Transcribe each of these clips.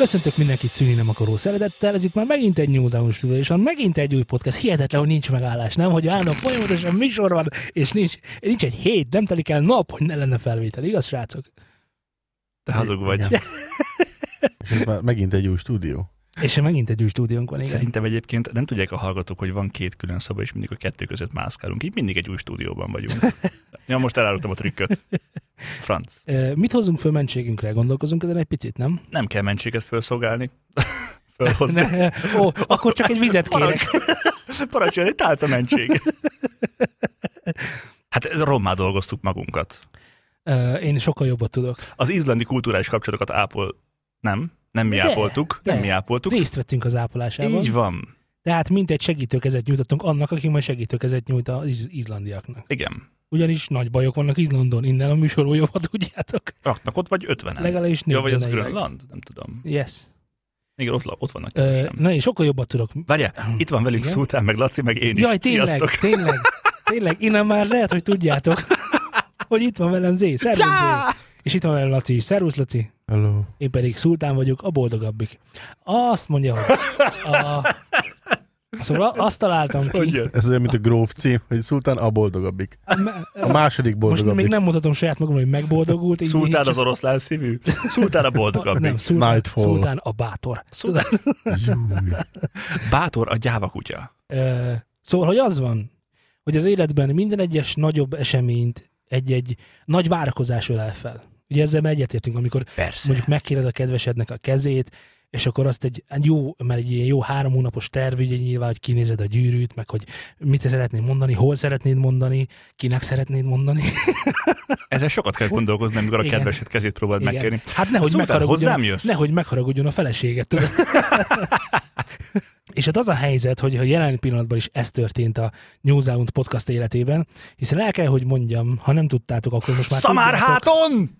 Köszöntök mindenkit szülni nem akaró szeretettel, ez itt már megint egy New Zealand stúdió, és megint egy új podcast, hihetetlen, hogy nincs megállás, nem? Hogy állnak folyamatosan műsor van, és nincs egy hét, nem telik el nap, hogy ne lenne felvétel, igaz, srácok? Te hazug vagy. És ez már megint egy új stúdió. És megint egy új stúdiónk van, igen. Szerintem egyébként nem tudják a hallgatók, hogy van két külön szoba, és mindig a kettő között mászkálunk. Így mindig egy új stúdióban vagyunk. Ja, most elárultam a trükköt. Franc. Mit hozzunk föl mentségünkre? Gondolkozunk ezen egy picit, nem? Nem kell mentséget felszolgálni. Felhozni. Akkor csak egy vizet kérek. Parancsolj, egy tálca mentség. Hát rommá dolgoztuk magunkat. Én sokkal jobbat tudok. Az izlandi kulturális kapcsolatokat nem mi ápoltuk. Részt vettünk az ápolásában. Így van. Tehát mintegy segítőkezet nyújtottunk annak, aki majd segítőkezet nyújt az izlandiaknak. Igen. Ugyanis nagy bajok vannak Izlandon, innen a műsorból jobban tudjátok. Raknak ott vagy 50-en. Legalábbis ja, vagy az Grönland? Nem tudom. Yes. Igen, ott vannak kevesen. Na, én sokkal jobbat tudok. Várjál, itt van velünk Szultán, meg Laci, meg én is. Jaj, tényleg, innen már lehet, hogy tudjátok, hogy itt van velem Zé. Szervusz, Zé. És itt van velem Laci is. Szervusz, Laci. Hello. Én pedig Szultán vagyok, a boldogabbik. Azt mondja, hogy szóval azt találtam ki. Ez olyan, mint a gróf cím, hogy Szultán a boldogabbik. A második boldogabbik. Most még nem mutatom saját magam, hogy megboldogult. Szultán az oroszlán szívű. Szultán a boldogabbik. Nem, Szultán a bátor. Bátor a gyáva kutya. Szóval, hogy az van, hogy az életben minden egyes nagyobb eseményt egy nagy várakozás ölel fel. Ugye ezzel egyetértünk, amikor mondjuk megkéred a kedvesednek a kezét, és akkor azt egy ilyen jó 3 hónapos terv, ugye nyilván, hogy kinézed a gyűrűt, meg hogy mit szeretnéd mondani, hol szeretnéd mondani, kinek szeretnéd mondani. Ezzel sokat kell gondolkozni, amikor a kedvesed kezét próbáld megkérni. Hát nehogy megharagudjon a feleséget, tudod. És hát az a helyzet, hogy jelen pillanatban is ez történt a New Zealand podcast életében, hiszen el kell, hogy mondjam, ha nem tudtátok, akkor most már Szamárháton!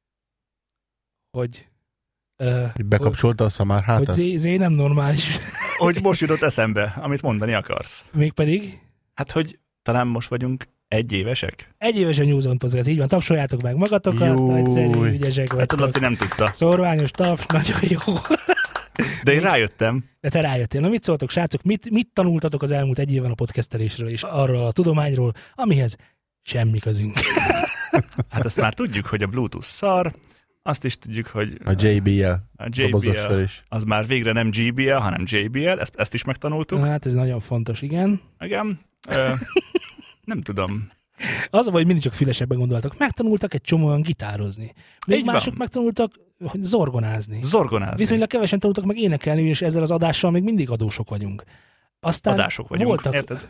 Hogy bekapcsolta a szamárhátat? Hogy Zé nem normális. Hogy most jutott eszembe, amit mondani akarsz. Mégpedig? Hát, hogy talán most vagyunk 1 évesek? 1 éves a New Zealand podcast, így van, tapsoljátok meg magatokat, nagyszerű, ügyesek vagytok. Hát Laci nem tudta. Szorványos taps, nagyon jó. De én rájöttem. De te rájöttél. Na mit szóltok, srácok? Mit tanultatok az elmúlt 1 évben a podcastelésről és arról a tudományról, amihez semmi közünk? Hát ezt már tudjuk, hogy a Bluetooth szar, azt is tudjuk, hogy a JBL az már végre nem GBL, hanem JBL, ezt is megtanultuk. Hát ez nagyon fontos, igen. Igen. Nem tudom. Az a baj, hogy mindig csak fülesebben gondoltak. Megtanultak egy csomóan gitározni. Még így mások van. megtanultak zorgonázni. Viszonylag kevesen tanultak meg énekelni, és ezzel az adással még mindig adósok vagyunk. Aztán adások vagyunk, voltak... érted?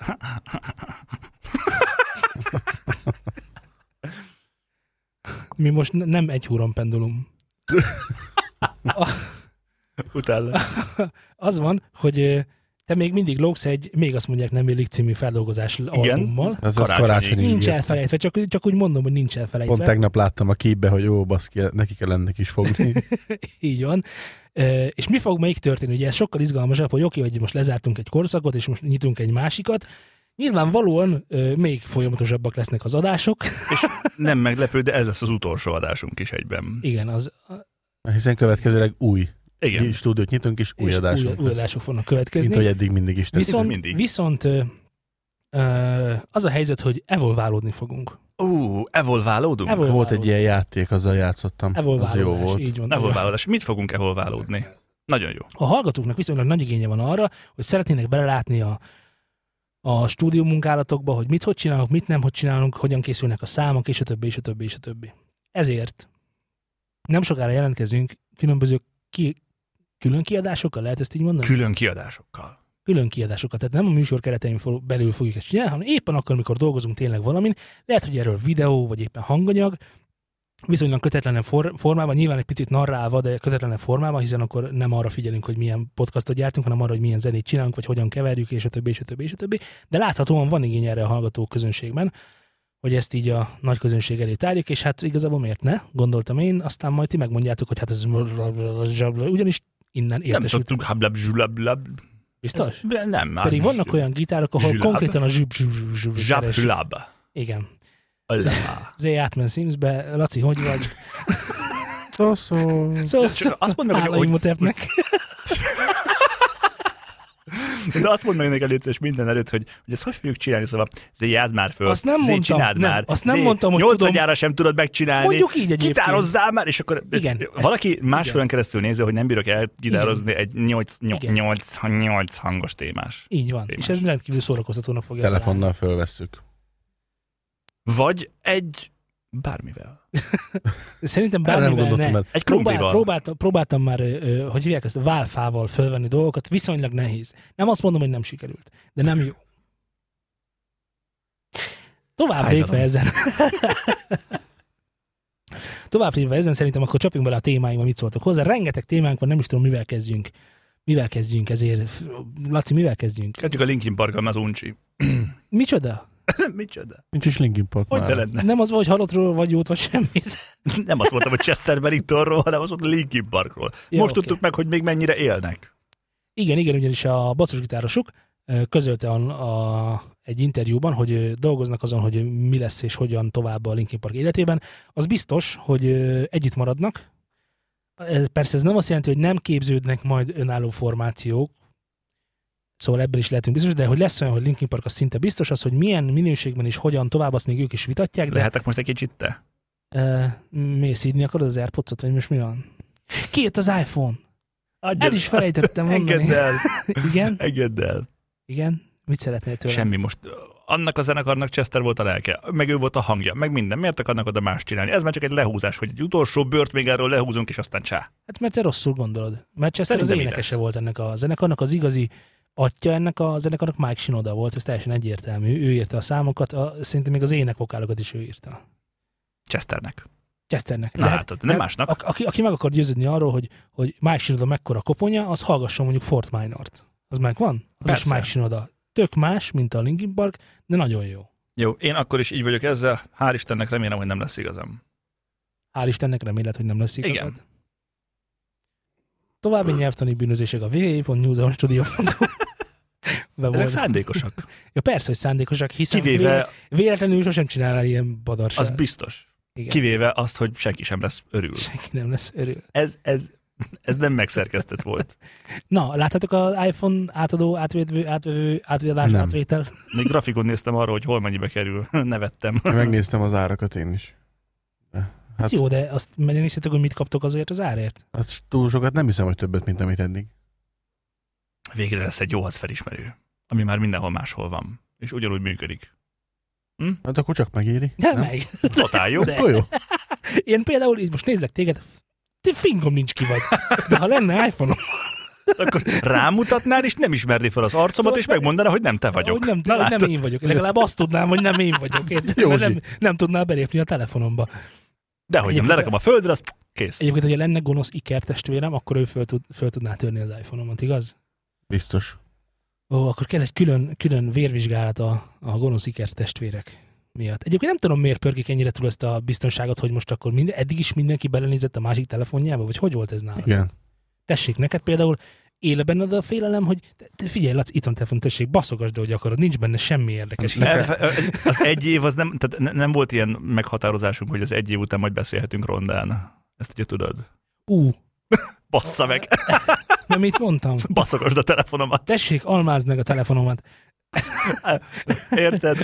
Mi most nem egy húron pendulum. Utána. Az van, hogy te még mindig lógsz még azt mondják nem élik című feldolgozás albummal. Ez karácsonyi. Nincs elfelejtve, csak úgy mondom, hogy nincs elfelejtve. Pont tegnap láttam a képbe, hogy jó, baszki, neki kell ennek is fogni. Így van. És mi fog még történni? Ugye ez sokkal izgalmasabb, hogy oké, hogy most lezártunk egy korszakot, és most nyitunk egy másikat. Nyilvánvalóan még folyamatosabbak lesznek az adások. És nem meglepő, de ez lesz az utolsó adásunk is egyben. Igen, hiszen következőleg új igen. stúdiót nyitunk, és új adások új adások fognak következni. Mint hogy eddig mindig is tett. Viszont az a helyzet, hogy evolválódni fogunk. Evolválódunk? Volt egy ilyen játék, azzal játszottam. Evolválódás, az jó volt. így van. Evolválódás. Mit fogunk evolválódni? Nagyon jó. A hallgatóknak viszonylag nagy igénye van arra, hogy szeretnének belelátni a stúdió munkálatokba, hogy hogy csinálunk, mit nem, hogy csinálunk, hogyan készülnek a számok, és a többi. Ezért nem sokára jelentkezünk különböző külön kiadásokkal, lehet ezt így mondani? Külön kiadásokkal. Tehát nem a műsor keretein belül fogjuk ezt csinálni, hanem éppen akkor, amikor dolgozunk tényleg valamin, lehet, hogy erről videó, vagy éppen hanganyag, viszonylag kötetlenebb formában, nyilván egy picit narrálva, de kötetlenebb formában, hiszen akkor nem arra figyelünk, hogy milyen podcastot gyártunk, hanem arra, hogy milyen zenét csinálunk, vagy hogyan keverjük, és a többi. De láthatóan van igény erre a hallgató közönségben, hogy ezt így a nagy közönség elé tárjuk, és hát igazából miért ne? Gondoltam én, aztán majd ti megmondjátok, hogy hát ez ugyanis innen értesültünk. Nem szoktunk hablab. Biztos? Nem. Pedig vannak olyan gitárok, ahol konkrétan a zsub. Igen. Zé átmen Simsbe. Laci, hogy vagy? Csak azt mondd meg, hogy de azt mondd meg neki előtt, minden előtt, hogy ezt hogy fogjuk csinálni, szóval játsz már föl, azt nem mondtam, csináld nem, már. Azt nem mondtam, hogy 8-gyára sem tudod megcsinálni. Mondjuk így egyébként. Gitározzál már, és akkor igen, valaki másfélen keresztül nézi, hogy nem bírok elgitározni egy 8 hangos témás. Így van, és ez rendkívül szórakoztatónak fogja. Telefonnal fölvesszük. Vagy egy bármivel. Szerintem bármivel ne. Egy krumplival. Próbáltam már, hogy hívják ezt, válfával fölvenni dolgokat, viszonylag nehéz. Nem azt mondom, hogy nem sikerült, de nem jó. Tovább lépve ezen szerintem akkor csapjunk bele a témáinkba, mit szóltok hozzá. Rengeteg témánk van, nem is tudom, mivel kezdjünk, ezért. Laci, mivel kezdjünk? Kezdjük a Linkin Parkkal, az uncsi. Micsoda? Micsoda? Nincs is Linkin Park hogy már. Lenne? Nem az vagy halottról, vagy jót, vagy semmit. Nem azt mondtam, hogy Chester Benningtonról, hanem azt mondtam Linkin Parkról. Ja, most okay. tudtuk meg, hogy még mennyire élnek. Igen, ugyanis a basszusgitárosuk közölte egy interjúban, hogy dolgoznak azon, hogy mi lesz és hogyan tovább a Linkin Park életében. Az biztos, hogy együtt maradnak. Persze ez nem azt jelenti, hogy nem képződnek majd önálló formációk, szóval ebben is lehetünk biztos, de hogy lesz olyan, hogy Linkin Park az szinte biztos, az, hogy milyen minőségben és hogyan tovább, azt még ők is vitatják. De... Lehetek most egy kicsit te? Mész szídni akarod az AirPods-ot, vagy most mi van? Kijött az iPhone. El is felejtettem mondani. Engedd el. Igen? Engedd el. Igen? Mit szeretnél tőlem? Semmi most. Annak a zenekarnak Chester volt a lelke, meg ő volt a hangja, meg minden. Miért akarnak oda más csinálni? Ez már csak egy lehúzás, hogy egy utolsó bört még erről lehúzunk, és aztán csá. Hát mert te rosszul gondolod. Mert Chester Szerintem az énekese volt ennek a zenekarnak, az igazi atya ennek a zenekarnak Mike Shinoda volt, ez teljesen egyértelmű. Ő írta a számokat, szerintem még az énekvokálokat is ő írta. Chesternek. Na hát, nem másnak. Aki meg akar győződni arról, hogy Mike Shinoda mekkora koponya, az hallgasson mondjuk Fort Minort. Az megvan? Az persze. is Mike Shinoda. Tök más, mint a Linkin Park, de nagyon jó. Jó, én akkor is így vagyok ezzel. Hál' Istennek remélem, hogy nem lesz igazam. Hál' Istennek reméled, hogy nem lesz igazad. Igen. További nyelvtani bűnözések a www.newzeonstudio.hu. Ezek szándékosak. Ja persze, hogy szándékosak, hiszen kivéve, véletlenül sosem csinálnál ilyen badarság. Az biztos. Igen. Kivéve azt, hogy senki sem lesz örül. Senki nem lesz örül. Ez nem megszerkesztett volt. Na, láttátok az iPhone átadó, átvétel? Még grafikon néztem arra, hogy hol mennyibe kerül. Nevettem. Megnéztem az árakat én is. Hát jó, de azt megnéztétek, hogy mit kaptok azért az árért? Hát túl sokat nem hiszem, hogy többet, mint amit eddig. Végre lesz egy jó felismerő, ami már mindenhol máshol van. És ugyanúgy működik. Hát akkor csak megéri. Nem meg. Totál jó. Jó. Én például így most nézlek téged, te fingom nincs ki vagy. De ha lenne iPhone-om... Akkor rámutatnál, és nem ismerné fel az arcomat, szóval és megmondaná, hogy nem te vagyok. Hogy nem én vagyok. Legalább azt tudnám, hogy nem én vagyok. Nem tudnál belépni a telefonomba. Dehogy nem, lerakom a földre, az kész. Egyébként, hogyha lenne gonosz ikertestvérem, akkor ő föl tudná törni az iPhone-omat, igaz? Biztos. Ó, akkor kell egy külön vérvizsgálat a gonosz ikertestvérek miatt. Egyébként nem tudom, miért pörgik ennyire túl ezt a biztonságot, hogy most akkor eddig is mindenki belenézett a másik telefonjába, vagy hogy volt ez nálad? Igen. Tessék, neked például éle benned a félelem, hogy te figyelj, Laci, itt van telefon, tessék, baszogasd, hogy akarod, nincs benne semmi érdekes. Az egy év, az nem volt ilyen meghatározásunk, hogy az egy év után majd beszélhetünk rondán. Ezt ugye tudod? Bassza meg! De mit mondtam? Baszogasd a telefonomat. Tessék, almázd meg a telefonomat. Érted?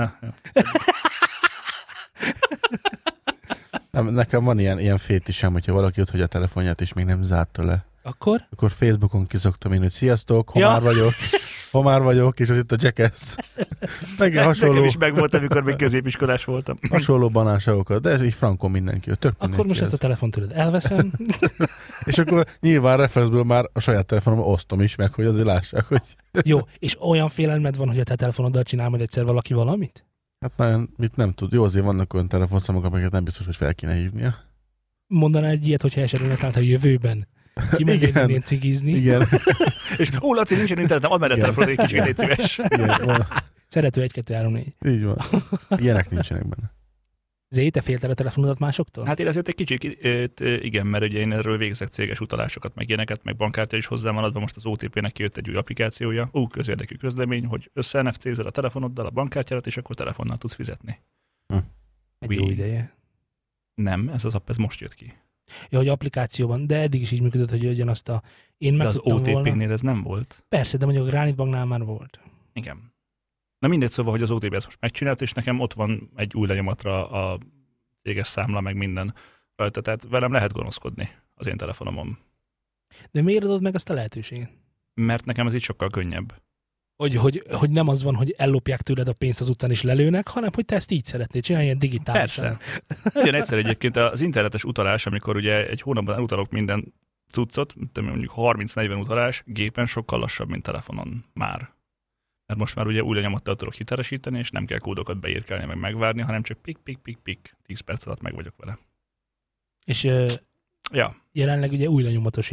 Nekem van ilyen fétisem, hogyha valaki ott hagyja a telefonját, és még nem zárta le. Akkor Facebookon kiszoktam én, hogy sziasztok, homár vagyok, és az itt a Jackass. Nekem is megvolt, amikor még középiskolás voltam. Hasonló banánságokat, de ez így frankon mindenki. Akkor most ezt a telefont tőled elveszem. És akkor nyilván referenceből már a saját telefonomra osztom is meg, hogy azért lássák, hogy... Jó, és olyan félelmed van, hogy a te telefonoddal csinál majd egyszer valaki valamit? Hát nagyon, mit nem tud. Jó, azért vannak olyan telefonszámok, amiket nem biztos, hogy fel kéne hívnia. Mondanál egy ilyet, hogyha esetleg a jövőben kimegynél cigizni. Igen. És Laci, nincsen internetem, add már a telefonod egy kicsit, légy szíves. Szerető 1, 2, 3, 4. Így van. Ilyenek nincsenek benne. Zé, te féltel a telefonodat másoktól? Hát én azért egy kicsit igen, mert ugye én erről végzek céges utalásokat, meg ilyeneket, meg bankkártya is hozzám van adva, most az OTP-nek kijött egy új applikációja, közérdekű közlemény, hogy össze-NFC-zel a telefonoddal a bankkártyárat, és akkor telefonnal tudsz fizetni. Egy jó ideje. Nem, ez az app, ez most jött ki. Ja, hogy applikációban, de eddig is így működött, hogy ugyanazt a... Én De meg az OTP-nél ez nem volt. Persze, de mondjuk a Granite Banknál már volt. Igen. Na mindegy, szóval, hogy az OTP ezt most megcsinált, és nekem ott van egy új lenyomatra a céges számla, meg minden rajta, tehát velem lehet gonoszkodni az én telefonomon. De miért adod meg azt a lehetőséget? Mert nekem ez így sokkal könnyebb. Hogy nem az van, hogy ellopják tőled a pénzt az utcán és lelőnek, hanem hogy te ezt így szeretnéd csinálni, ilyen digitálisan. Persze. Nagyon egyszer egyébként az internetes utalás, amikor ugye egy hónapban elutalok minden cuccot, mondjuk 30-40 utalás, gépen sokkal lassabb, mint telefonon már. Mert most már ugye új lenyomattal tudok hitelesíteni, és nem kell kódokat beírkálni, meg megvárni, hanem csak pik, 10 perc alatt meg vagyok vele. És jelenleg ugye új lenyomatos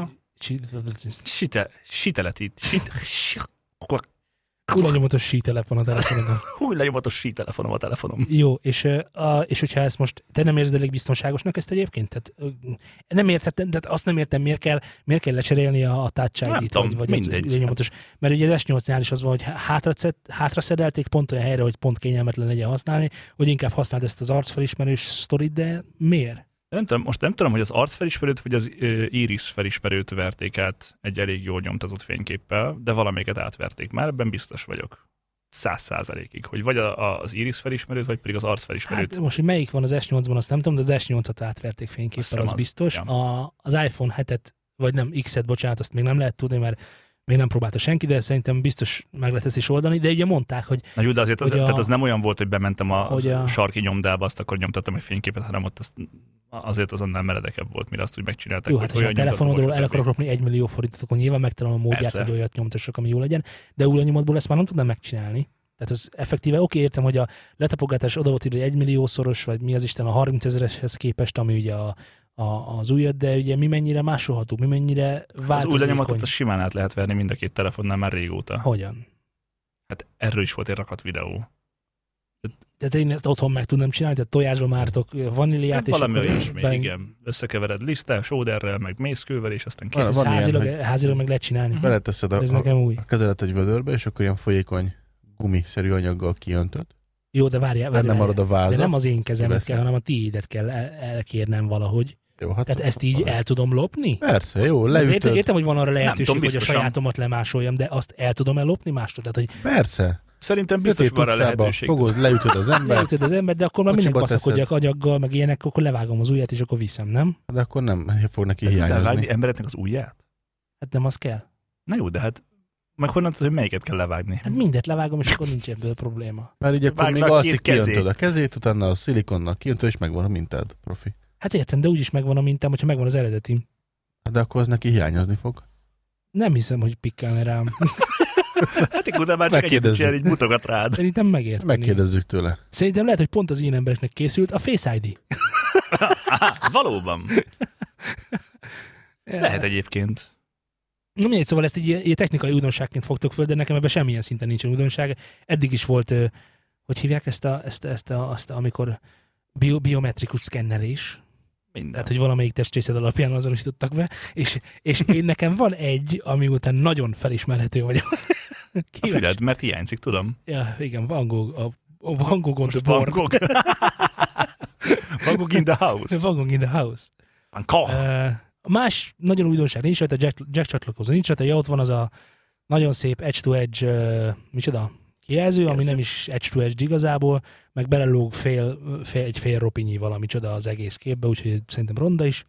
új lenyomatos sítelep van a telefonodon. Új lenyomatos sítelefonom a telefonom. Jó, és hogyha ezt most, te nem érzed elég biztonságosnak ezt egyébként? Tehát, nem értettem, tehát azt nem értem, miért kell lecserélni a Touch ID-t, vagy mindegy. lenyomatos. Mert ugye az S8-nál is az van, hogy hátra szedelték pont olyan helyre, hogy pont kényelmetlen legyen használni, hogy inkább használd ezt az arcfelismerős sztorit, de miért? Most nem tudom, hogy az arcfelismerőt vagy az iris felismerőt verték át egy elég jól nyomtatott fényképpel, de valamelyiket átverték már, ebben biztos vagyok. 100%-ig, hogy vagy az iris felismerőt, vagy pedig az arcfelismerőt. Hát most, hogy melyik van az S8-ban, azt nem tudom, de az S8-at átverték fényképpel, az biztos. Ja. Az iPhone 7-et, vagy nem, X-et, bocsánat, azt még nem lehet tudni, mert még nem próbálta senki, de szerintem biztos meg lehet ezt is oldani, de ugye mondták, hogy... Na jó, de azért tehát az nem olyan volt, hogy bementem a sarki nyomdába, azt akkor nyomtattam egy fényképet, hanem ott azért az annál meredekebb volt, mire azt úgy megcsinálták. Jó, hát ha a telefonodról el akarok lopni 1 millió forintot, akkor nyilván megtalálom a módját, persze, hogy olyat nyomtassak, ami jó legyen, de új lenyomatból ezt már nem tudnám megcsinálni. Tehát az effektíve, értem, hogy a letapogatás oda volt írva 1 milliószoros, vagy mi az Isten a 30 000-eshez képest, ami ugye az újat, de ugye mi mennyire másolható, mi mennyire változékony. Az új lenyomatot az simán át lehet verni mind a két telefonnál már régóta. Hogyan? Hát erről is volt egy rakat videó. Tehát én ezt otthon meg tudnám csinálni, tehát tojásba mártok vaníliát, és valami olyasmi, igen. Összekevered liszttel, sóderrel, meg mészkővel, és aztán kész. Házilag meg lehet csinálni. Beleteszed a kezelet egy vödörbe, és akkor ilyen folyékony gumiszerű anyaggal kiöntöd. Jó, de várjál. Nem marad a váza. De nem az én kezemet kell, hanem a tiédet kell elkérnem valahogy. Jó, hát tehát ezt így el tudom lopni? Persze, jó, leütöd. Értem, hogy van arra lehetőség, hogy a sajátomat lemásoljam, de azt el tudom ellopni mástól? Tehát, hogy persze. Szerintem biztos van rá lehetőség. Fogod, leütöd az embert. De akkor már mindig baszakodjak anyaggal, meg ilyenek, akkor levágom az ujját, és akkor viszem, nem? De akkor nem fog neki hiányozni. Levágni embereknek az ujját? Hát nem az kell. Na jó, de hát meg honnan tudod, hogy melyiket kell levágni? Hát mindet levágom, és akkor nincs ebből probléma. Mert így akkor még alszik, kiöntöd a kezét, utána a szilikonnal kiöntöd, és megvan a mintád, profi. Hát értem, de úgyis megvan a mintám, hogyha megvan az eredetim. De akkor az neki hiányozni fog. Nem hiszem, hogy pikkelne rám. Hát utána már csak egyet csinál, így mutogat rád. Szerintem megérteni. Megkérdezzük tőle. Szerintem lehet, hogy pont az ilyen embereknek készült a Face ID. Valóban. Lehet egyébként. Na mindegy, szóval ezt így technikai újdonságként fogtok föl, de nekem ebben semmilyen szinten nincsen újdonság. Eddig is volt, hogy hívják ezt amikor biometrikus szkennelés. Minden. Tehát, hogy valamelyik testrészed alapján azonosítottak be, és én nekem van egy, ami után nagyon felismerhető vagyok. A füled, mert hiányzik, tudom. Ja, igen, Van Gogh, a Van Gogh on the Van board. Gogh. Van Gogh in the house. Van Gogh in the house. Van Gogh. Más nagyon újdonság nincs rajta, jack csatlakozó nincs rajta, ott van az a nagyon szép edge-to-edge, micsoda? Kijelző, ami nem is edge-to-edge igazából, meg belelóg egy fél ropinyi valamicsoda az egész képbe, úgyhogy szerintem ronda is.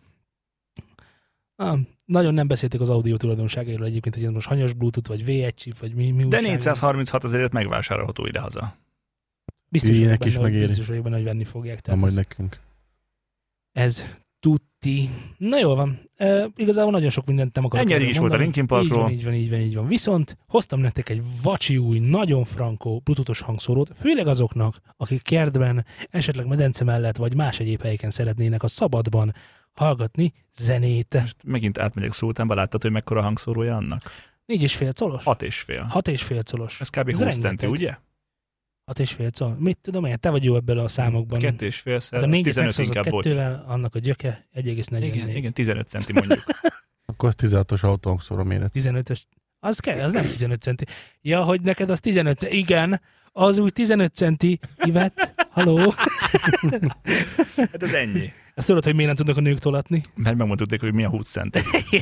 Nagyon nem beszéltek az audio tulajdonságairól egyébként, hogy ez most hanyas Bluetooth, vagy V1 chip, vagy mi de 436 ezerért megvásárolható idehaza. Biztos vagyok benne, hogy venni fogják. Na majd nekünk. Ez tuti. Na jól van. Igazából nagyon sok mindent nem akarok. Ennyi is volt a Linkin Parkról. Így van. Viszont hoztam nektek egy vacsi új, nagyon frankó bluetoothos hangszórót, főleg azoknak, akik kertben, esetleg medence mellett, vagy más egyéb helyeken szeretnének a szabadban hallgatni zenét. Most megint átmegyek Szultánba, láttad, hogy mekkora hangszórója annak? 4,5 colos? 6,5. 6,5 colos. Ez kb. 20 centi, ugye? 6,5 col. Mit tudom én, te vagy jó ebből a számokban. 2,5-szer, hát 15 inkább, bocs. Annak a gyöke 1,44. Igen, 15 centi mondjuk. Akkor az 16-os autóhangszóró méret. 15-ös. Az kell, az nem 15 centi. Ja, hogy neked az 15 centi. Igen, az úgy 15 centi. Ivett, haló. Hát ez ennyi. Ezt tudod, hogy miért nem tudnak a nők tolatni? Mert megmondtuk neki, hogy mi a 20 cent.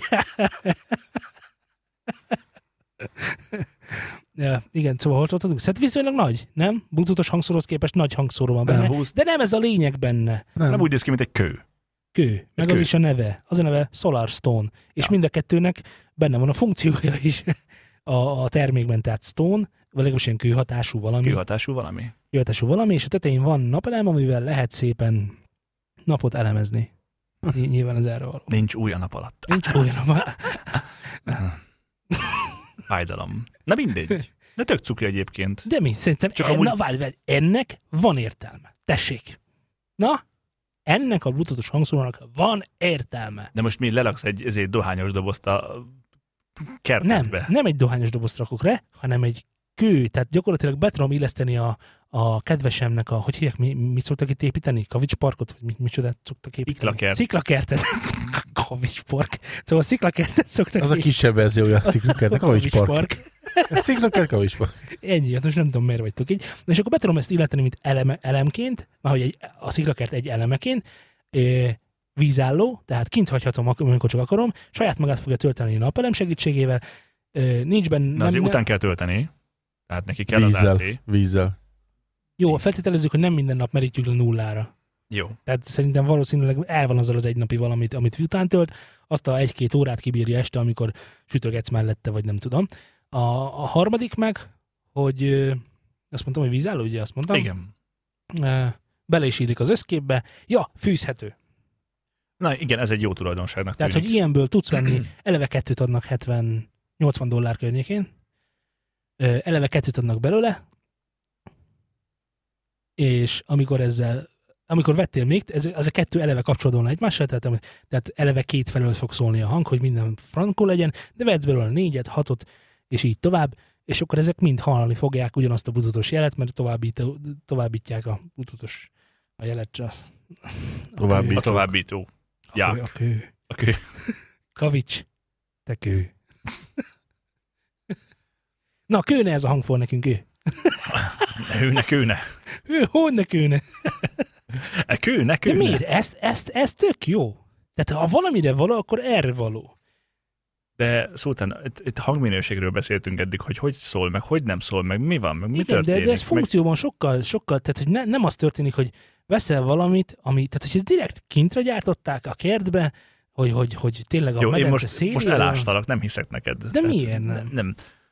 Ja, igen, szóval hol tartottunk? Szóval viszonylag nagy, nem? Bluetooth-os hangszóróhoz képest nagy hangszóró van benne. 20. De nem ez a lényeg benne. Nem úgy néz ki, mint egy kő. Kő. Meg Kő. az is a neve. Az a neve Solar Stone. És Ja. mind a kettőnek benne van a funkciója is a termékben, tehát Stone, vagy legalábbis ilyen kőhatású valami. Kőhatású valami. Kőhatású valami, és a tetején van napelem, amivel lehet szépen napot elemezni. Nyilván ez erre való. Nincs új a nap alatt. Nincs olyan. Fájdalom. Na mindegy. De tök cukri egyébként. De mi? Szerintem Csak amúgy- na, várj, ennek van értelme. Tessék. Na, ennek a bluetoothos hangszórónak van értelme. De most mi lelaksz egy dohányos dobozt a kertetbe? Nem egy dohányos dobozt rakok le, hanem egy kő. Tehát gyakorlatilag be tudom illeszteni a kedvesemnek hogy hívják, mit szoktak itt építeni? Kavicsparkot? Vagy micsodát szoktak építeni? Sziklakert. Sziklakertet. Kavicspark. Szóval sziklakertet szoktak Az a kisebb verziója a Sziklakertek, Kavicspark. Sziklakert, Kavicspark. Ennyi, hát most nem tudom, miért vagytok így. Na és akkor be tudom ezt illetni, mint elemként, hogy a sziklakert egy elemeként, vízálló, tehát kint hagyhatom, amikor csak akarom, saját magát fogja tölteni a napelem segítségével, nincs benne... Na azért után kell tölteni. Tehát neki kell az AC. Vízzel. Jó, feltételezzük, hogy nem minden nap merítjük le nullára. Jó. Tehát szerintem valószínűleg el van azzal az egy napi valamit, amit után tölt, azt a 1-2 órát kibírja este, amikor sütögetsz mellette, vagy nem tudom. A harmadik meg, hogy azt mondtam, hogy vízálló, ugye azt mondtam? Igen. Bele is illik az összképbe. Ja, fűzhető. Na igen, ez egy jó tulajdonságnak Tehát, tűnik. hogy ilyenből tudsz venni, eleve 2-t adnak $80 környékén, eleve 2-t adnak belőle, és amikor vettél még, az a 2 eleve kapcsolódóan egymással, tehát eleve 2 felől fog szólni a hang, hogy minden frankó legyen, de vehetsz belőle 4-et, 6-ot, és így tovább, és akkor ezek mind hallani fogják ugyanazt a bluetoothos jelet, mert továbbítják a bluetoothos a jelet. A továbbító. A kő. A kő. Kavics, te kő. Na, kőne ez a hangfor nekünk, ő. Kőne. Honne kőne? Kőne. De miért? Ez tök jó. Tehát ha valamire való, akkor erre való. De Szultán, itt hangminőségről beszéltünk eddig, hogy szól, meg hogy nem szól, meg mi van, meg mi történik. De ez funkcióban sokkal, tehát hogy nem az történik, hogy veszel valamit, tehát hogy ez direkt kintre gyártották a kertbe, hogy tényleg a jó, medence én szélére... most elástalak, nem hiszek neked. De miért nem? Nem.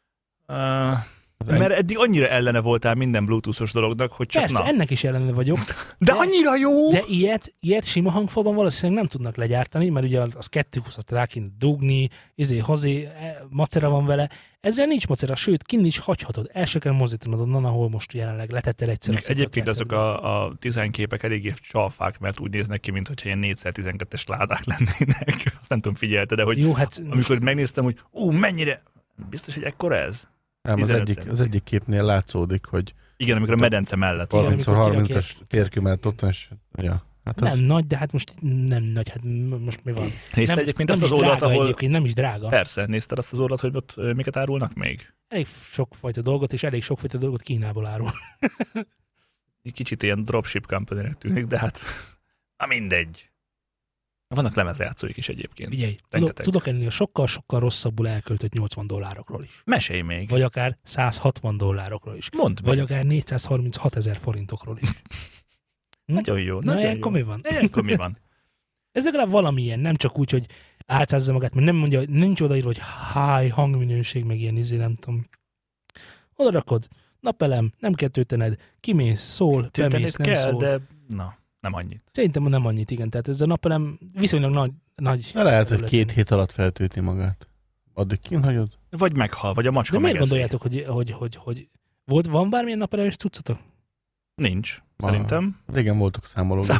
Mert eddig annyira ellene voltál minden bluetoothos dolognak, hogy csak Persze, ennek is ellene vagyok. De annyira jó! De ilyet sima hangfalban valószínűleg nem tudnak legyártani, mert ugye az 220-at rá kéne dugni, macera van vele. Ezzel nincs macera, sőt, kinn is hagyhatod. El se kell mozdítanod onnan, ahol most jelenleg letettel egyszer. Egyébként azok a dizájnképek eléggé csalfák, mert úgy néznek ki, mintha ilyen 4x12-es ládák lennének. Azt nem tudom, figyelte, de hogy jó, hát amikor megnéztem, hogy mennyire... Biztos, hogy ekkora ez? Nem, az egyik képnél látszódik, hogy igen, amikor a medence mellett. 30x30-as térkő mellett ott van, és ja. Hát nem nagy, de hát most nem nagy, hát most mi van? Nézted egyébként azt az oldalt, ahol... Egyébként nem is drága. Persze, nézted azt az oldalt, hogy ott miket árulnak még? Elég sokfajta dolgot, és elég sokfajta dolgot Kínából árul. Kicsit ilyen dropship company-nek tűnik, de hát mindegy. Vannak lemezjátszóik is egyébként. Figyelj, tudok ennél sokkal-sokkal rosszabbul elköltött $80 is. Mesélj még. Vagy akár $160 is. Mondd vagy akár 436 000 forintokról is. Nagyon jó. Na, ilyenkor mi van? Mi van? Ez legalább valamilyen, nem csak úgy, hogy álcázza magát, mert nem mondja, nincs odaírva, hogy high hangminőség, meg ilyen nem tudom. Oda rakod, napelem, nem kell töltened, kimész, szól, bemész, nem kell, szól. De nem annyit. Szerintem nem annyit, igen. Tehát ez a napelem viszonylag nagy de lehet, hogy 2 hét alatt feltölti magát. Addig kinhagyod. Vagy meghal, vagy a macska de miért megeszi. gondoljátok, hogy van bármilyen napelemes cuccotok? Nincs, szerintem. Régen voltak számológépek.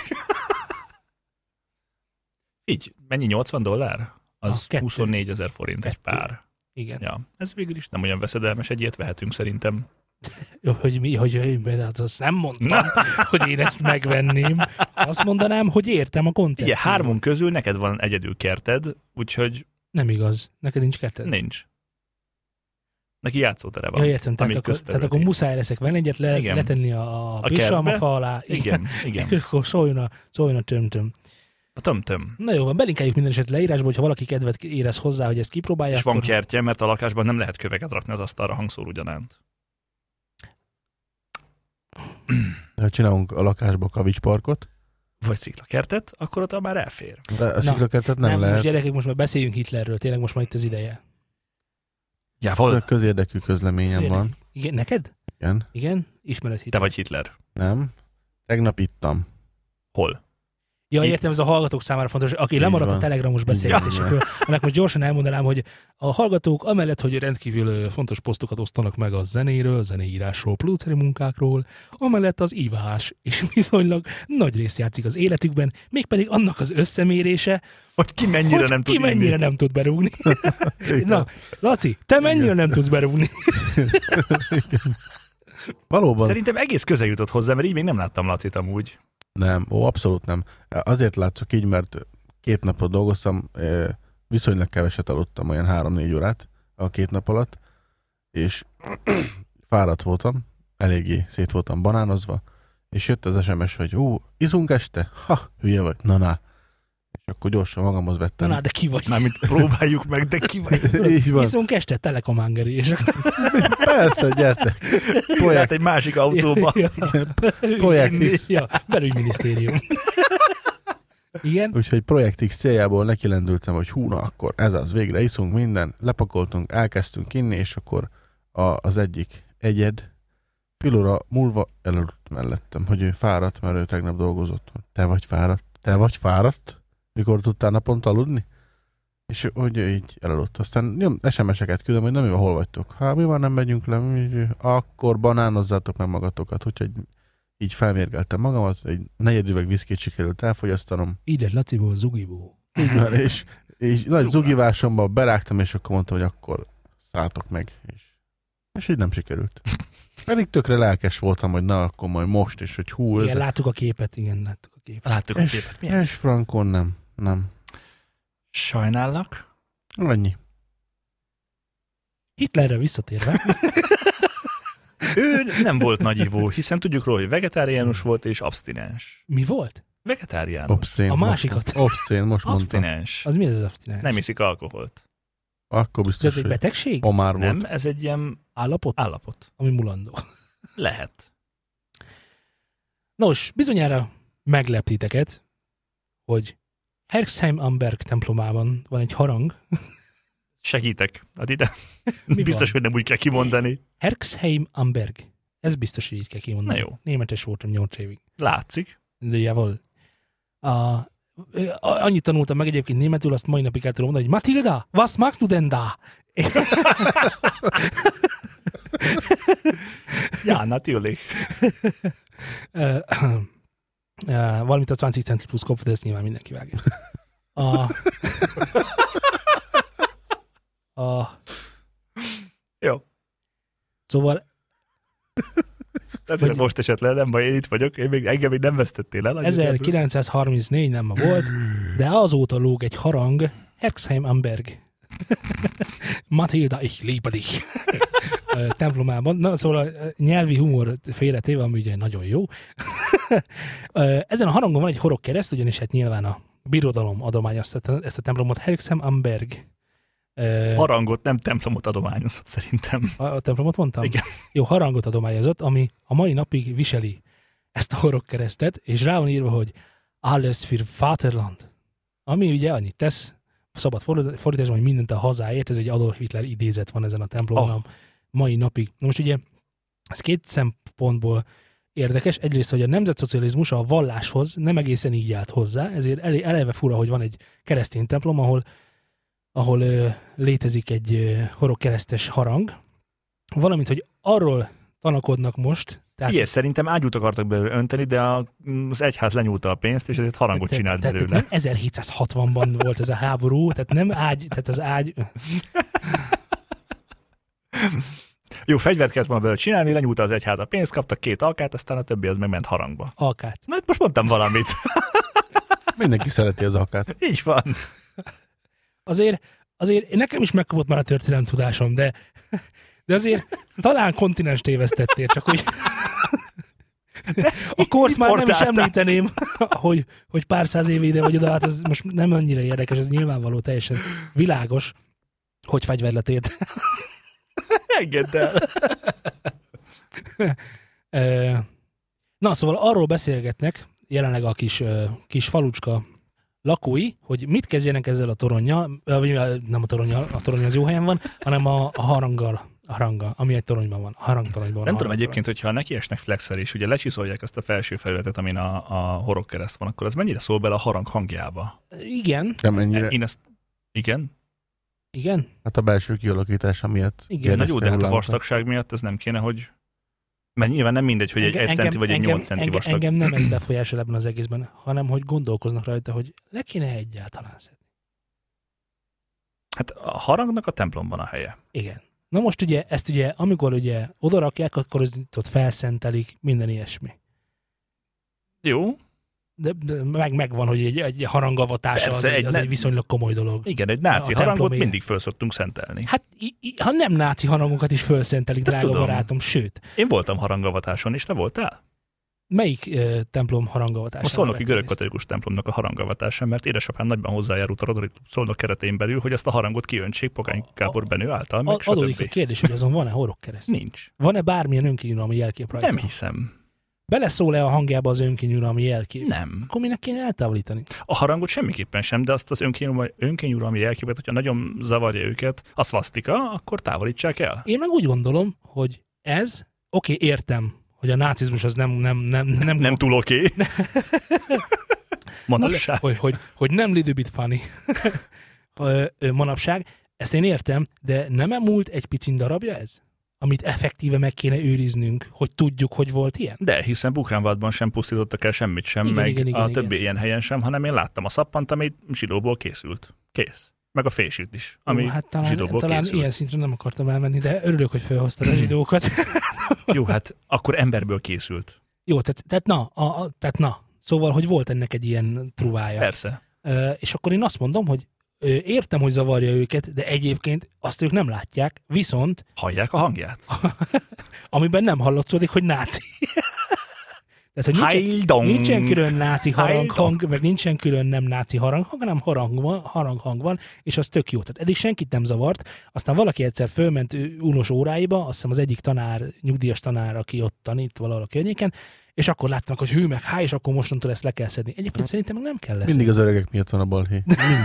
Így, mennyi $80? Az 24 000 forint egy pár. Igen. Ja, ez végül is nem olyan veszedelmes, egy ilyet vehetünk szerintem. Hogy hát azt nem mondtam, hogy én ezt megvenném. Azt mondanám, hogy értem a koncepciót. Igen, 3 közül neked van egyedül kerted, úgyhogy... Nem igaz. Neked nincs kerted? Nincs. Neki játszótere van. Ja, értem, tehát akkor muszáj leszek venni egyet, letenni a pisalmafa alá. Igen. És akkor szóljon a tömtöm. A tömtöm. Na jó, van, belinkeljük minden eset leírásba, hogyha valaki kedvet érez hozzá, hogy ezt kipróbálják. És van kertje, mert a lakásban nem lehet köveket rakni az asztalra hangszóró gyanánt. Ha csinálunk a lakásba kavicsparkot, vagy sziklakertet, akkor ott már elfér. de a sziklakertet nem lehet. Most gyerekek, most már beszéljünk Hitlerről, tényleg most már itt az ideje. Jávol. Közérdekű közleményem van. Igen, neked? Igen. Igen? Ismered Hitler. Te vagy Hitler. Nem. Tegnap ittam. Hol? Ja, Itt. értem, ez a hallgatók számára fontos. Aki lemaradt a telegramos beszélgetésekről, annak most gyorsan elmondanám, hogy a hallgatók amellett, hogy rendkívül fontos posztokat osztanak meg a zenéről, zenéírásról, produceri munkákról, amellett az ivás és viszonylag nagy részt játszik az életükben, mégpedig annak az összemérése, hogy ki mennyire nem tud ki mennyire nem tud berúgni. Na, Laci, te mennyire nem tudsz berúgni? Valóban. Szerintem egész közel jutott hozzá, mert így még nem láttam Lacit amúgy. Nem, abszolút nem. Azért látszok így, mert 2 napot dolgoztam, viszonylag keveset aludtam, olyan 3-4 órát a 2 nap alatt, és fáradt voltam, eléggé szét voltam banánozva, és jött az SMS, hogy izunk este? Ha, hülye vagy, na. És akkor gyorsan magamhoz vettem. Na, de ki vagy? Mármint próbáljuk meg, de ki vagy? Így van. Viszont este Telekom Hungary, és Persze, gyertek. Projekt egy másik autóba. Projekt X. Ja, belügyminisztérium. Igen? Úgyhogy Projekt X céljából nekilendültem, hogy na akkor ez az, végre iszunk minden, lepakoltunk, elkezdtünk inni, és akkor az egyik egyed fél óra múlva elaludt mellettem, hogy ő fáradt, mert ő tegnap dolgozott. Te vagy fáradt? Mikor tudtál naponta aludni? És hogy így elaludt. Aztán SMS-eket küldöm, hogy nem hol vagytok. Mi van, nem megyünk le? Akkor banánozzátok meg magatokat. Úgyhogy így felmérgeltem magamat, egy 4 üveg viszkét sikerült elfogyasztanom. Ide Laciból, Zugiból. És nagy zugivásomba berágtam, és akkor mondtam, hogy akkor szálltok meg. És így nem sikerült. Pedig tökre lelkes voltam, hogy na, akkor majd most, és hogy Igen, láttuk a képet. Milyen? És frankon nem. Sajnállak. Annyi. Hitlerre visszatérve. Ő nem volt nagyivó, hiszen tudjuk róla, hogy vegetáriánus volt és abstinens. Mi volt? Vegetáriánus. Obszcén. A másikat. Obszcén, most mondtam. Abstinens. Az mi ez az abstinens? Nem iszik alkoholt. Akkor biztos, Ez egy betegség? Omár volt. Nem, ez egy ilyen Állapot? Ami mulandó. Lehet. Nos, bizonyára meglep titeket, hogy Herxheim Amberg templomában van egy harang. Segítek. Ad ide. Mi Biztos, van? hogy nem úgy kell kimondani. Herxheim Amberg. Ez biztos, hogy így kell kimondani. Na jó. Németes voltam 8 évig. Látszik. De javol. Annyit tanultam meg egyébként németül, azt mai napig el tudom mondani, hogy Matilda, was magst du denn da? Ja, natürlich. Valamint a 20 Cent plusz Kopf, de ezt nyilván mindenki vágja. Jó. Szóval Ezért most esett le, nem baj, én itt vagyok, engem még nem vesztettél el. 1934 nem ma volt, de azóta lóg egy harang Herxheim Amberg. Matilda, ich liebe dich. Templomában. Na, szóval nyelvi humor félretéve, ami ugye nagyon jó. Ezen a harangon van egy horog kereszt, ugyanis hát nyilván a birodalom adományozta ezt a templomot. Herxheim Amberg. Harangot, nem templomot adományozott szerintem. A templomot mondtam? Igen. Jó, harangot adományozott, ami a mai napig viseli ezt a horog keresztet, és rá van írva, hogy Alles für Vaterland. Ami ugye annyit tesz, szabad fordításban, hogy mindent a hazáért, ez egy Adolf Hitler idézet van ezen a templomon a mai napig. Na most ugye ez 2 szempontból érdekes. Egyrészt, hogy a nemzetszocializmus a valláshoz nem egészen így állt hozzá, ezért eleve fura, hogy van egy keresztény templom, ahol létezik egy horog keresztes harang, valamint, hogy arról tanakodnak most. Tehát, ilyen, szerintem ágyút akartak belőle önteni, de az egyház lenyúlta a pénzt, és ezért harangot csinált belőle. Nem 1760-ban volt ez a háború, tehát nem ágy, tehát az ágy... Jó, fegyvert kellett volna belőle csinálni, lenyúlta az egyház a pénzt, kaptak 2 alkát, aztán a többi az megment harangba. Alkát. Na, most mondtam valamit. Mindenki szereti az alkát. Így van. Azért nekem is megkapott már a történelem tudásom, de De azért talán kontinens tévesztettél, csak hogy a kort már nem is említeném, hogy pár száz év ide vagy oda, hát ez most nem annyira érdekes, ez nyilvánvaló, teljesen világos, hogy fegyverletét. Engedd el. Na, szóval arról beszélgetnek jelenleg a kis falucska lakói, hogy mit kezdjenek ezzel a toronnyal, nem a toronnyal, a torony az jó helyen van, hanem a haranggal, ami egy toronyban van, a harangtoronyban van. Nem tudom egyébként, hogyha nekiesnek flexel és ugye lecsiszolják azt a felső felületet, amin a horogkereszt van, akkor az mennyire szól bele a harang hangjába? Igen. De mennyire? Én ezt... Igen? Igen? Hát a belső kialakítása miatt. Igen. Na jó, de hát a vastagság miatt ez nem kéne, hogy... Mert nyilván nem mindegy, hogy egy centi vagy egy 8 centi vastag. Engem nem ez befolyásol ebben az egészben, hanem hogy gondolkoznak rajta, hogy le kéne egyáltalán szedni. Hát a harangnak a templomban a helye. Igen. Na most ugye, ezt ugye, amikor ugye odarakják, akkor ott felszentelik, minden ilyesmi. Jó. De megvan, hogy egy harangavatása az egy viszonylag komoly dolog. Igen, egy náci harangot mindig föl szoktunk szentelni. Hát, ha nem náci harangokat is fölszentelik, drága barátom, sőt. Én voltam harangavatáson, és te voltál? Melyik templom harangavatása? A szolnoki görög-katolikus templomnak a harangavatása, mert édesapám nagyban hozzájárult a Rodori Szolnok keretén belül, hogy azt a harangot kiöntsék Pogány Gábor Benő által, meg adódik a kérdés, hogy azon van-e horogkereszt? Nincs. Van-e bármilyen önkényuralmi jelkép rajta? Nem hiszem. Beleszól-e a hangjába az önkényuralmi jelkép? Nem. Akkor minek kéne eltávolítani? A harangot semmiképpen sem, de azt az önkényuralmi jelképet, hogyha nagyon zavarja őket, a szvasztika, akkor távolítsák el. Én meg úgy gondolom, hogy ez, oké, értem, hogy a nácizmus az nem túl oké. Manapság. Hogy nem little bit funny manapság. Ezt én értem, de nem múlt egy picin darabja ez? Amit effektíve meg kéne őriznünk, hogy tudjuk, hogy volt ilyen? De hiszen Buchenwaldban sem pusztítottak el semmit sem, igen, többi ilyen helyen sem, hanem én láttam a szappant, ami zsidóból készült. Kész. Meg a fésűt is, ami hát talán zsidóból készült. Ilyen szintre nem akartam elmenni, de örülök, hogy felhoztad a zsidókat. Jó, hát akkor emberből készült. Jó, tehát na. Szóval, hogy volt ennek egy ilyen truvája. Persze. És akkor én azt mondom, hogy értem, hogy zavarja őket, de egyébként azt ők nem látják, viszont... Hallják a hangját? Amiben nem hallatszódik, hogy náci. Tehát, hogy nincsen külön náci haranghang, meg nincsen külön nem náci haranghang, hanem haranghang van, és az tök jó. Tehát eddig senkit nem zavart. Aztán valaki egyszer fölment unos óráiba, azt hiszem az egyik tanár, nyugdíjas tanár, aki ott tanít valahol a környéken, és akkor láttak, hogy hű meg há, és akkor mostantól ezt le kell szedni. Egyébként szerintem meg nem kell lesz. Mindig az öregek miatt van a balhé.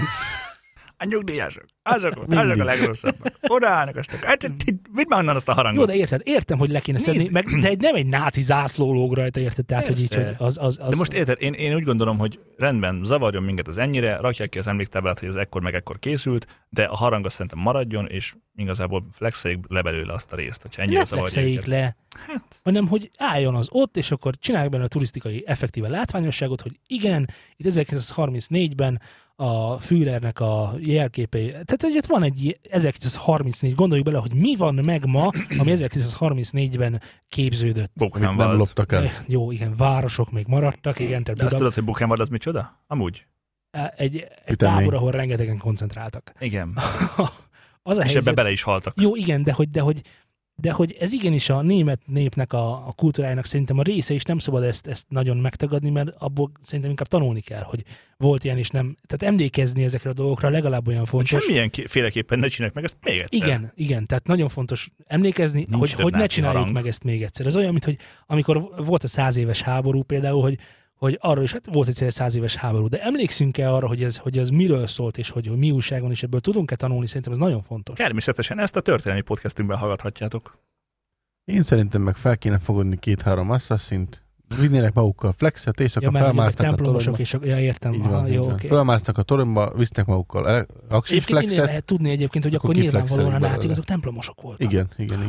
A nyugdíjasok. Azok a legrosszabbak. Odaállnak aztok. Mit már onnan azt a harangot? Jó, de értem, hogy le kéne szedni, de nem egy náci zászló lóg rajta, érted? Tehát, hogy így, hogy az... De most érted, én úgy gondolom, hogy rendben, zavarjon minket az ennyire, rakják ki az emléktáblát, hogy ez ekkor meg ekkor készült, de a harang azt szerintem maradjon, és igazából flexeljék le belőle azt a részt, hogyha ennyire zavarja őket. Le, hanem hogy álljon az ott, és akkor csinálják benne a turisztikai effektíve látványosságot, hogy igen, itt 1934-ben a Führernek a jelképei. Tehát, hogy ott van egy 1934, gondoljuk bele, hogy mi van meg ma, ami 1934-ben képződött. Buchenwald. Nem loptak el. Jó, igen, városok még maradtak. Igen, de azt tudod, hogy Buchenwald az micsoda? Amúgy? Egy tábor, ahol rengetegen koncentráltak. Igen. Az a és helyzet, ebbe bele is haltak. Jó, igen, de hogy ez igenis a német népnek a kultúrájának szerintem a része, és nem szabad ezt nagyon megtagadni, mert abból szerintem inkább tanulni kell, hogy volt ilyen, és nem. Tehát emlékezni ezekre a dolgokra legalább olyan fontos. Hogy semmilyen féleképpen ne csinálják meg ezt még egyszer. Igen, tehát nagyon fontos emlékezni, hogy ne csináljuk meg ezt még egyszer. Ez olyan, mint hogy amikor volt a 100 éves háború például, hogy arról is, hát volt egyszer egy 100 éves háború, de emlékszünk-e arra, hogy ez miről szólt, és hogy mi újság van, és ebből tudunk-e tanulni, szerintem ez nagyon fontos. Természetesen ezt a történelmi podcastünkben hallgathatjátok. Én szerintem meg fel kéne fogadni 2-3 Assassin-t, vinnének magukkal flexet, és akkor felmásztak a toronyba. És értem. Okay. Felmásztak a toronyba, visznek magukkal aksis flexet. Lehet tudni egyébként, hogy akkor nyilvánvalóan a nácik azok templomosok voltak. Igen.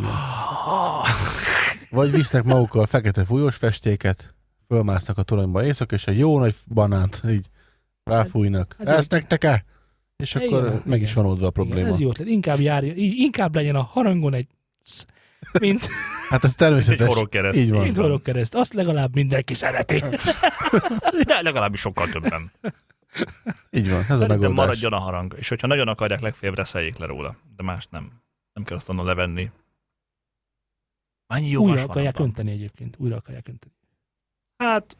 Vagy visznek magukkal fekete fújós festéket, fölmásznak a toronyba éjszaka, és egy jó nagy banánt így ráfújnak. Hát ezt nektek-e? És akkor meg is van oldva a probléma. Igen, ez jó ötlet. Inkább legyen a harangon egy mint... Hát ez természetes. Egy horogkereszt. Így van. Mint horogkereszt. Azt legalább mindenki szereti. De legalábbis sokkal többen. Így van, ez a megoldás. De maradjon a harang. És hogyha nagyon akarják, legfeljebb reszeljék le róla. De más nem. Nem kell azt onnan levenni. Annyi jó Újra vas van akarják abban. önteni egyébként. Újra akarják önteni. Hát,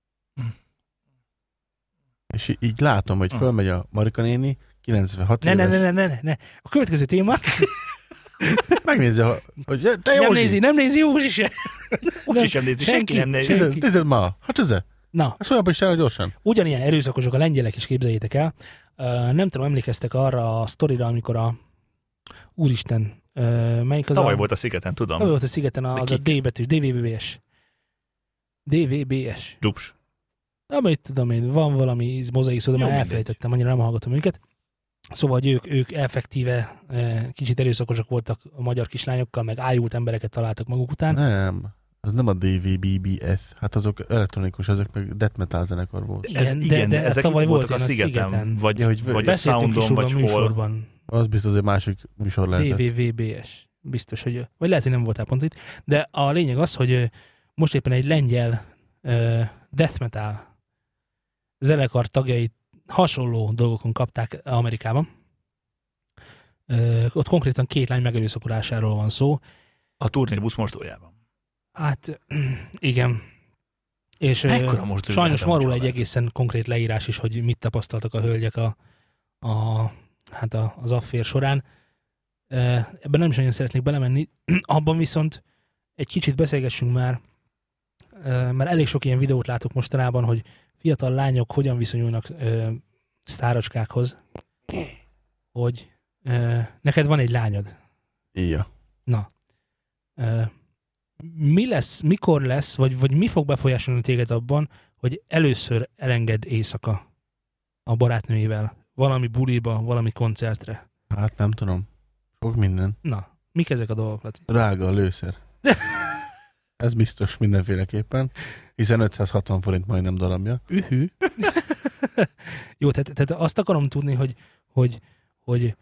És így látom, hogy fölmegy a Marika néni, 96 Ne. éves. A következő téma. Megnézze, hogy te Józsi! Nem nézi Józsi se. úgy sem nézi, senki nem nézi. senki. Nézd ma, hát ez. Na, Ezt olyan is el gyorsan. ugyanilyen erőszakosok a lengyelek is, képzeljétek el. Nem tudom, emlékeztek arra a sztorira, amikor úristen, melyik az Tavaly volt a szigeten, tudom. Tavaly volt a szigeten az a D betűs, DVBS. DVBS. Dups. Amit tudom én, van valami mozaik szó, de Jó, már mindegy. elfelejtettem, annyira nem hallgatom őket. Szóval, hogy ők effektíve kicsit erőszakosak voltak a magyar kislányokkal, meg ájult embereket találtak maguk után. Nem, az nem a DVBBS. Hát azok elektronikus, ezek meg death metal zenekar volt. Igen, de ezek tavaly itt volt voltak a ilyen a szigeten. szigeten. Vagy, Ja, hogy vagy a Beszéltünk is Soundon, róla vagy a hol. műsorban. Az biztos, hogy másik műsor lehetett. DVVBS. Biztos, hogy... Vagy lehet, hogy nem voltál pont itt. De a lényeg az, hogy most éppen egy lengyel death metal zenekar tagjait hasonló dolgokon kapták Amerikában. Ott konkrétan 2 lány megerőszakolásáról van szó. A turnébusz mosdójában. Hát igen. És Mekkora mosdó sajnos lehet van róla amúgy egy vele? egészen konkrét leírás is, hogy mit tapasztaltak a hölgyek az affér során. Ebben nem is nagyon szeretnék belemenni. Abban viszont egy kicsit beszélgessünk már, mert elég sok ilyen videót látok mostanában, hogy fiatal lányok hogyan viszonyulnak sztárocskákhoz, hogy neked van egy lányod. Ja. Na. Mi lesz, mikor lesz, vagy mi fog befolyásolni téged abban, hogy először elenged éjszaka a barátnőjével valami buliba, valami koncertre? Hát nem tudom. Sok minden. Na, mik ezek a dolgok, Laci? Drága a lőszer. Ez biztos mindenféleképpen, hiszen 560 forint majdnem darabja. Ühű. Jó, tehát azt akarom tudni, hogy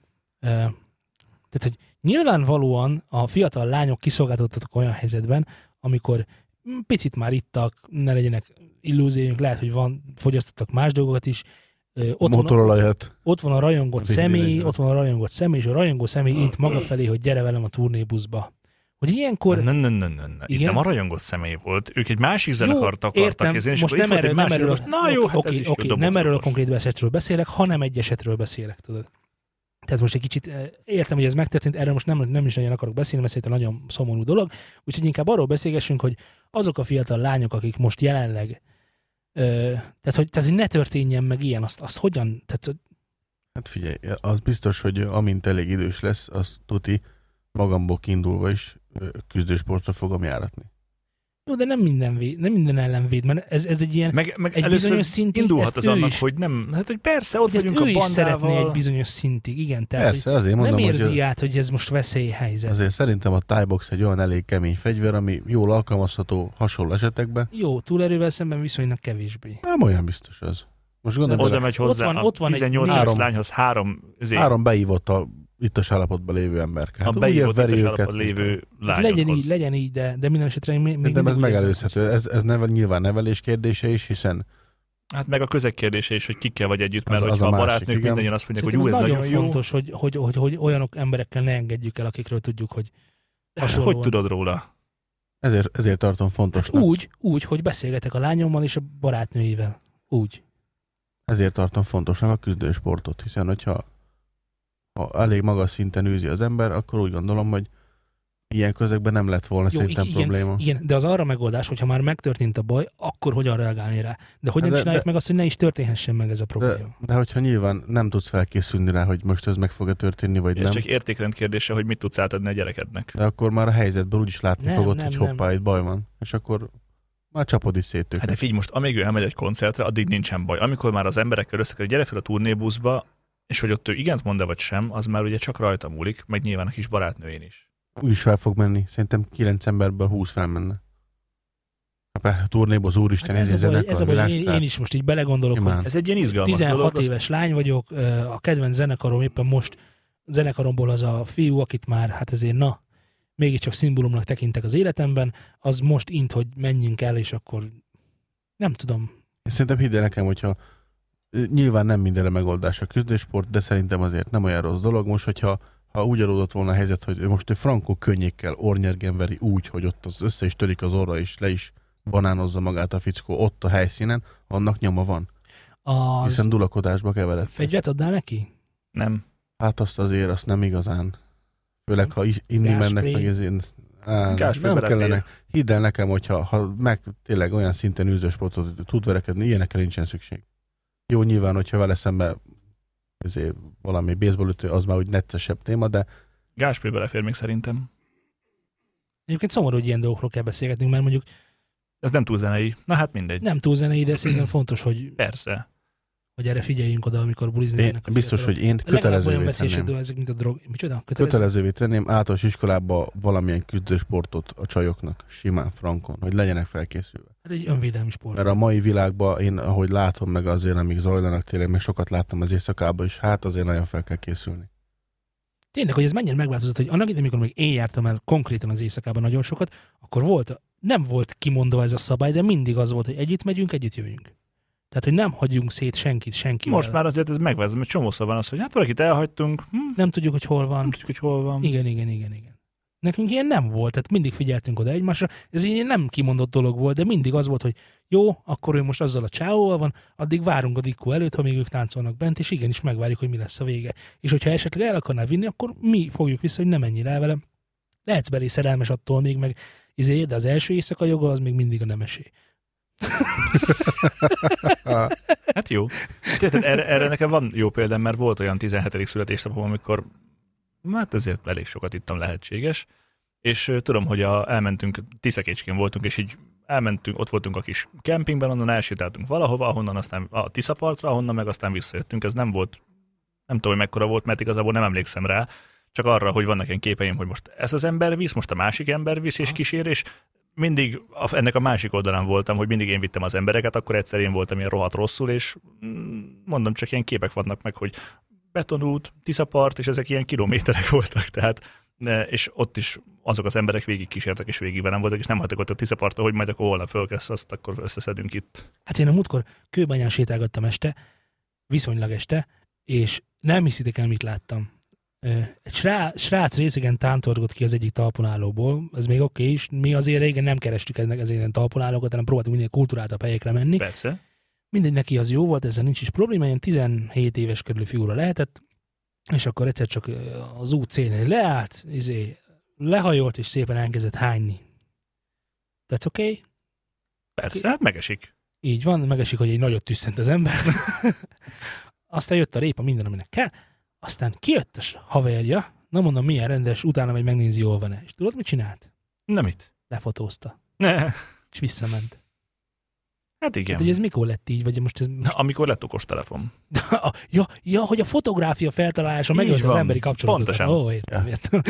nyilvánvalóan a fiatal lányok kiszolgáltatottak olyan helyzetben, amikor picit már ittak, ne legyenek illúzióink, lehet, hogy fogyasztottak más dolgokat is. Motorolajat. Ott van a rajongott személy, Végül és a rajongó személy int maga felé, hogy gyere velem a turnébuszba. Hogy ilyenkor... Ne. Itt nem a rajongott személy volt. Ők egy másik zenekart akartak kézni, és most akkor nem itt volt egy erről, másik, most na jó, hát ez is jó, nem erről a dobogós. konkrét esetről beszélek, hanem egy esetről beszélek, tudod. Tehát most egy kicsit értem, hogy ez megtörtént, erről most nem is nagyon akarok beszélni, mert szerintem nagyon szomorú dolog, úgyhogy inkább arról beszélgessünk, hogy azok a fiatal lányok, akik most jelenleg, tehát hogy ne történjen meg ilyen, azt hogyan, tehát Hát figyelj, az biztos, hogy amint elég idős lesz, az tuti magamból kiindulva is küzdősportra fogom járatni. jó, de nem minden ellen véd, mert ez egy ilyen, Meg egy először bizonyos szintig, indulhat ezt az ő annak, is, hogy nem, hát hogy persze, ott ezt vagyunk ő a is szeretné bandával. egy bizonyos szintig, igen, tehát Persze, azért hogy nem mondom, érzi hogy át, hogy ez most veszélyhelyzet. azért szerintem a Thai-box egy olyan elég kemény fegyver, ami jól alkalmazható hasonló esetekben. Jó, túlerővel szemben viszonylag kevésbé. Nem olyan biztos az. Most gondolj Oda bele, megy hozzá ott van a egy 18 éves három- lányhoz 3 beívott a ittas állapotban lévő emberke. a Hát beívott veri ittas őket. állapotban lévő Hát legyen lányokhoz. így, de minden esetre még De ez mindig megelőzhető. Ez nyilván nevelés kérdése is, hiszen Hát meg a közeg kérdése is, hogy kikkel vagy együtt, mert Az hogyha a a másik, barátnők igen. mindannyian azt mondják, Szerintem hogy ez ez nagyon nagyon jó. fontos, hogy olyanok emberekkel ne engedjük el, akikről tudjuk, hogy Hát, hasonlóan. hogy tudod róla? ezért tartom fontosnak. úgy, hogy beszélgetek a lányommal és a barátnőivel. Úgy. Ezért tartom fontosnak a küzdősportot, hiszen hogyha elég magas szinten űzi az ember, akkor úgy gondolom, hogy ilyen közegben nem lett volna szerintem probléma. Igen, de az arra megoldás, hogyha már megtörtént a baj, akkor hogyan reagálni rá? De hogyan csináljuk meg azt, hogy ne is történhessen meg ez a probléma? De hogyha nyilván nem tudsz felkészülni rá, hogy most ez meg fog-e történni, vagy Ez nem, csak értékrend kérdése, hogy mit tudsz átadni a gyerekednek. de akkor már a helyzetből úgyis látni Nem, fogod, nem, hogy nem. hoppá, itt baj van. És akkor már csapod is szét őket. Hát de figyelj, most amíg ő elmegy egy koncertre, addig nincsen baj. Amikor már az emberekkel összekerül, gyere fel a turnébuszba, és hogy ott ő igent mond-e vagy sem, az már ugye csak rajta múlik, meg nyilván a kis barátnőjén is. Úgyis fel fog menni. Szerintem 9 emberből 20 felmenne. A turnéból az úristen, Hát ez a baj, zenekar, én is most így belegondolok, Imán. hogy Ez egy ilyen izgalmas 16 dolog. éves lány vagyok, a kedvenc zenekarom éppen most zenekaromból az a fiú, akit már, hát ezért mégiscsak szimbólumnak tekintek az életemben, az most int, hogy menjünk el, és akkor nem tudom. Én szerintem hidd el nekem, hogyha nyilván nem mindenre megoldás a küzdősport, de szerintem azért nem olyan rossz dolog. Most, hogyha ha úgy adódott volna a helyzet, hogy most egy frankó könnyékkel ornyergen veri úgy, hogy ott az össze is törik az orra, és le is banánozza magát a fickó ott a helyszínen, annak nyoma van. Hiszen dulakodásba keveredett. Fegyvert adnál neki? Nem. Hát azt nem igazán. Főleg, ha inni mennek meg ezért. Nem kellene. Hidd el nekem, hogyha meg tényleg olyan szinten űzősportot tud verekedni, ilyenekre nincsen szükség. Jó, nyilván, hogyha vele szembe valami baseballütő, az már úgy neccesebb téma, de... Gáspé belefér még szerintem. Egyébként szomorú, hogy ilyen dolgokról kell beszélgetnünk, mert mondjuk... Ez nem túl zenei. Na hát mindegy. Nem túl zenei, de szerintem fontos, hogy... Persze. Hogy erre figyeljünk oda, amikor bulizni mennek. Biztos, hogy én kötelezővé tenném. Ezek, mint a drog. Micsoda? Kötelezővé tenném általános iskolába valamilyen küzdősportot a csajoknak, simán frankon, hogy legyenek felkészülve. Hát egy önvédelmi sport. Mert a mai világban én, ahogy látom, meg azért, amíg zajlanak tényleg, meg sokat láttam az éjszakában is, hát azért nagyon fel kell készülni. Tényleg, hogy ez mennyire megváltozott, hogy annak idején, amikor még én jártam el konkrétan az éjszakában nagyon sokat, akkor nem volt kimondva ez a szabály, de mindig az volt, hogy együtt megyünk, együtt jövünk. Tehát, hogy nem hagyjunk szét senkivel. Most már azért ez megváltozott, mert csomószor van az, hogy hát valakit elhagytunk. Nem tudjuk, hogy hol van. Nem tudjuk, hogy hol van. Igen. Nekünk ilyen nem volt, tehát mindig figyeltünk oda egymásra. Ez így nem kimondott dolog volt, de mindig az volt, hogy jó, akkor ő most azzal a csávóval van, addig várunk a dikkó előtt, ha még ők táncolnak bent, és igenis megvárjuk, hogy mi lesz a vége. És hogyha esetleg el akarná vinni, akkor mi fogjuk vissza, hogy ne menjél el vele. Lehetsz belé szerelmes attól még, meg de az első éjszaka joga az még mindig a nemesé. Hát jó. Erre nekem van jó példám, mert volt olyan 17. születésnapom, amikor hát ezért elég sokat ittam, lehetséges, és tudom, hogy elmentünk, Tiszakécskén voltunk, és így elmentünk, ott voltunk a kis kempingben, onnan elsétáltunk valahova, ahonnan aztán a Tiszapartra, ahonnan meg aztán visszajöttünk. Ez nem volt, nem tudom, hogy mekkora volt, mert igazából nem emlékszem rá, csak arra, hogy vannak ilyen képeim, hogy most ez az ember visz, most a másik ember visz és kísér, és mindig ennek a másik oldalán voltam, hogy mindig én vittem az embereket, akkor egyszer én voltam ilyen rohadt rosszul, és mondom, csak ilyen képek vannak meg, hogy betonút, Tiszapart, és ezek ilyen kilométerek voltak, tehát, és ott is azok az emberek végig kísértek, és végig velem voltak, és nem hagytak ott a Tiszaparton, hogy majd akkor holnap fölkezd, azt akkor összeszedünk itt. Hát én a múltkor Kőbányán sétálgattam este, viszonylag este, és nem hiszitek el, mit láttam. Egy srác részegen tántorgott ki az egyik talponállóból, ez még oké is, mi azért régen nem kerestük ezeken talponállókat, hanem próbáltunk minél kulturáltabb helyekre menni. Persze. Mindegy, neki az jó volt, ezzel nincs is probléma, ilyen 17 éves körüli figura lehetett, és akkor egyszer csak az útszélnél leállt, lehajolt, és szépen elkezdett hányni. That's okay? Persze, hát megesik. Így van, megesik, hogy egy nagyot tüsszent az ember. Aztán jött a répa, minden, aminek kell. Aztán kijött a haverja, nem mondom milyen rendes, utána megy megnézi, jól van-e. És tudod, mit csinált? Nem mit? Lefotózta. Ne. És visszament. Hát igen. Hát, hogy ez mikor lett így? Vagy most ez most... Amikor lett okostelefon. ja, hogy a fotográfia feltalálása megölt az emberi kapcsolatokat. Pontosan. Értem.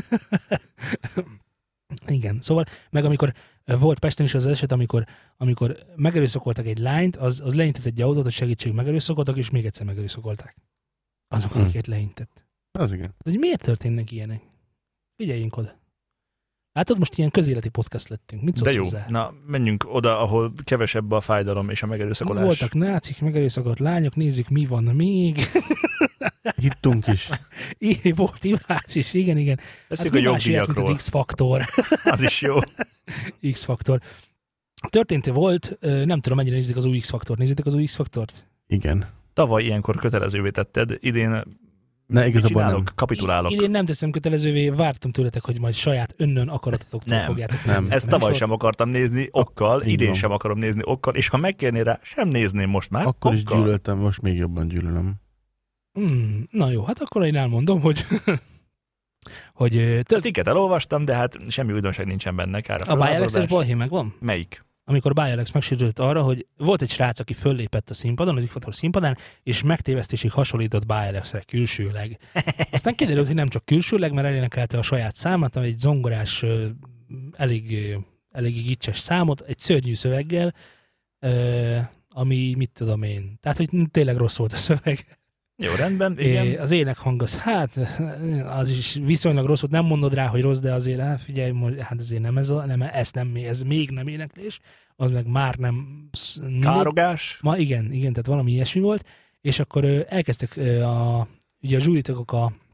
Igen, szóval, meg amikor volt Pesten is az eset, amikor megerőszakoltak egy lányt, az leintett egy autót, hogy segítség megerőszakoltak, és még egyszer megerőszakolták. Azok, akiket leintett. Az igen. De miért történnek ilyenek? Figyeljünk oda. Látod, most ilyen közéleti podcast lettünk. Mit szólsz de jó. hozzá? Na, menjünk oda, ahol kevesebb a fájdalom és a megerőszakolás. Voltak nácik, megerőszakolt lányok, nézzük, mi van még. Hittunk is. Volt ivás is, igen. Beszéljük a jogdíjakról. Az X-faktor. Az is jó. X-faktor. Volt, nem tudom, mennyire nézitek az új X-faktort. Nézitek az új X-faktort? Igen. Tavaly ilyenkor kötelezővé tetted, idén igazából nem. Kapitulálok. Idén nem teszem kötelezővé, vártam tőletek, hogy majd saját önnön akaratotoktól fogjátok. Nem. Ezt tavaly sem akartam nézni okkal, idén van. sem akarom nézni okkal, és ha megkérnél rá, sem nézném most már akkor okkal. Is gyűlöltem, most még jobban gyűlölöm. Na jó, hát akkor én elmondom, hogy a cikket elolvastam, de hát semmi újdonság nincsen benne. A Bialex-es balhé megvan? Melyik? Amikor Bialex megsérült arra, hogy volt egy srác, aki föllépett a színpadon, az X-faktor színpadán, és megtévesztésig hasonlított Bialexre külsőleg. Aztán kiderült, hogy nem csak külsőleg, mert elénekelte a saját számát, egy zongorás, elég gicses számot, egy szörnyű szöveggel, ami mit tudom én. Tehát, hogy tényleg rossz volt a szöveg. Jó, rendben, igen. Az énekhang az is viszonylag rossz volt, nem mondod rá, hogy rossz, de azért, figyelj, hát azért nem ez még nem éneklés, az meg már nem... Károgás? Igen, tehát valami ilyesmi volt, és akkor elkezdtek ugye a zsúritokok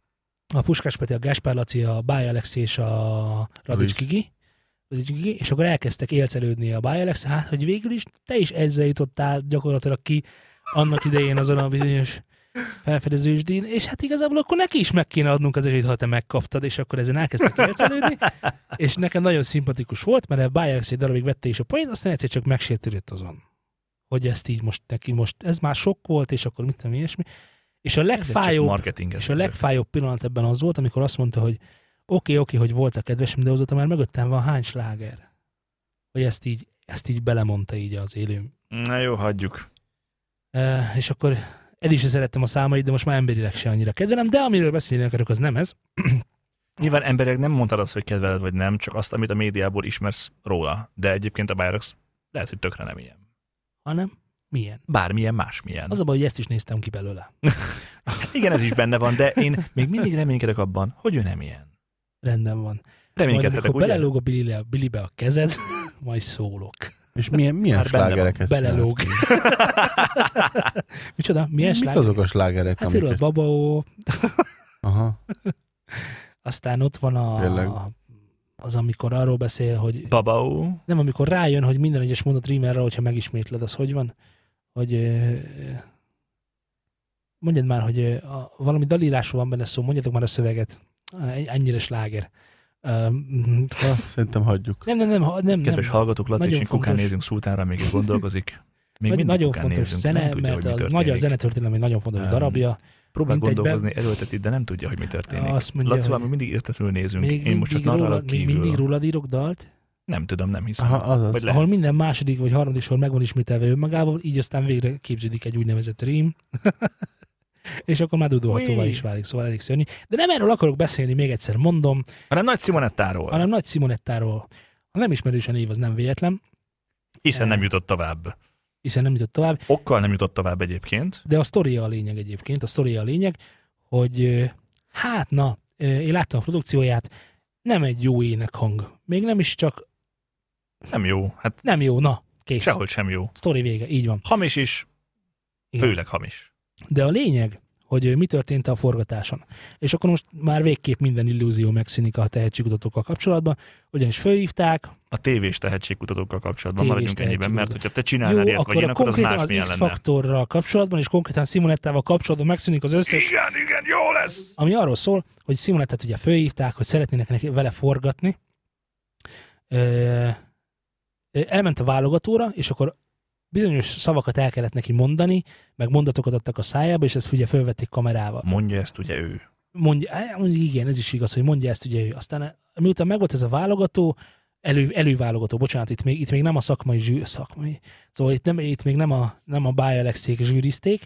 a Puskás Peti, a Gáspár Laci, a Báj Alex és a Radics Gigi, és akkor elkezdtek élcelődni a Báj Alex, hát, hogy végül is te is ezzel jutottál gyakorlatilag ki annak idején azon a bizonyos felfedezősdín, és hát igazából akkor neki is meg kéne adnunk az esélyt, ha te megkaptad, és akkor ezen elkezdtek élcelődni, és nekem nagyon szimpatikus volt, mert a Báj Alex egy darabig vette is a point, aztán egyszer csak megsértődött azon, hogy ezt így most neki ez már sok volt, és akkor mit tudom, ilyesmi. És a legfájóbb pillanat ebben az volt, amikor azt mondta, hogy oké, hogy volt a kedvesem, de azóta már mögöttem van hány sláger. Hogy ezt így belemondta így az élő. Na jó, hagyjuk. És akkor eddig is szerettem a számait, de most már emberileg se annyira kedvelem, de amiről beszélni akarok, az nem ez. Nyilván emberek nem mondtad azt, hogy kedveled vagy nem, csak azt, amit a médiából ismersz róla. De egyébként a Byrox lehet, hogy tökre nem ilyen. Hanem milyen? Bármilyen, másmilyen. Az a baj, hogy ezt is néztem ki belőle. Igen, ez is benne van, de én még mindig reménykedek abban, hogy ő nem ilyen. Rendben van. Reménykedhetek, ugye? Belelóg a Bilibe a kezed, majd szólok. És milyen slágereket belelóg. Micsoda? Milyen Mik slágerek? azok a slágerek, hát amiket... a Babao. Aha. Aztán ott van az, amikor arról beszél, hogy... Babao. Nem, amikor rájön, hogy minden egyes mondat rímelre, hogyha megismétled, az hogy van? Hogy... mondjad már, hogy valami dalírásról van benne szó, mondjatok már a szöveget. Ennyire sláger. Szerintem hagyjuk. Nem. Kedves hallgatók, Laci és Kukán nézünk Szultánra, még gondolkozik. Még mindig nagyon Kukán fontos nézünk, zene, nem tudja, mert hogy mi az magyar zenetörténelem egy nagyon fontos darabja. Próbál gondolkozni, erőlteti, de nem tudja, hogy mi történik. Lacival még mindig értetlenül nézünk. Én most csak narrálok kívül. Még mindig rólad írok dalt? Nem tudom, nem hiszem. Ahol minden második vagy harmadik sor meg van ismételve önmagával, így aztán végre képződik egy úgynevezett rím. És akkor már dudolhatóvá is válik, szóval elég szörnyű. De nem erről akarok beszélni, még egyszer mondom. Hanem Nagy Simonettáról. A nem ismerős a név, az nem véletlen. Hiszen nem jutott tovább. Okkal nem jutott tovább egyébként. De a sztoria a lényeg egyébként. A sztoria a lényeg, hogy én láttam a produkcióját, nem egy jó énekhang. Még nem is csak... Nem jó. Hát nem jó, kész. Sehogy sem jó. Sztori vége, így van. Hamis is, igen. Főleg hamis. De a lényeg, hogy mi történt a forgatáson. És akkor most már végképp minden illúzió megszűnik a tehetségkutatókkal kapcsolatban, ugyanis fölhívták. A tévés tehetségkutatókkal kapcsolatban maradjunk ennyiben, mert hogyha te csinálnál ilyet vagy én, akkor az másmilyen lenne. Az X-faktorral kapcsolatban, és konkrétan Simonettával kapcsolatban megszűnik az összes... Igen, jó lesz! Ami arról szól, hogy Simonettát ugye fölhívták, hogy szeretnének vele forgatni. Elment a válogatóra, és akkor bizonyos szavakat el kellett neki mondani, meg mondatokat adtak a szájába, és ezt ugye fölvették kamerával. Mondja ezt ugye ő. Mondja, igen, ez is igaz, hogy mondja ezt ugye ő. Aztán miután megvolt ez a válogató, előválogató, bocsánat, itt még nem a szakmai. Szóval itt még nem a Báj Alexék zsűrizték,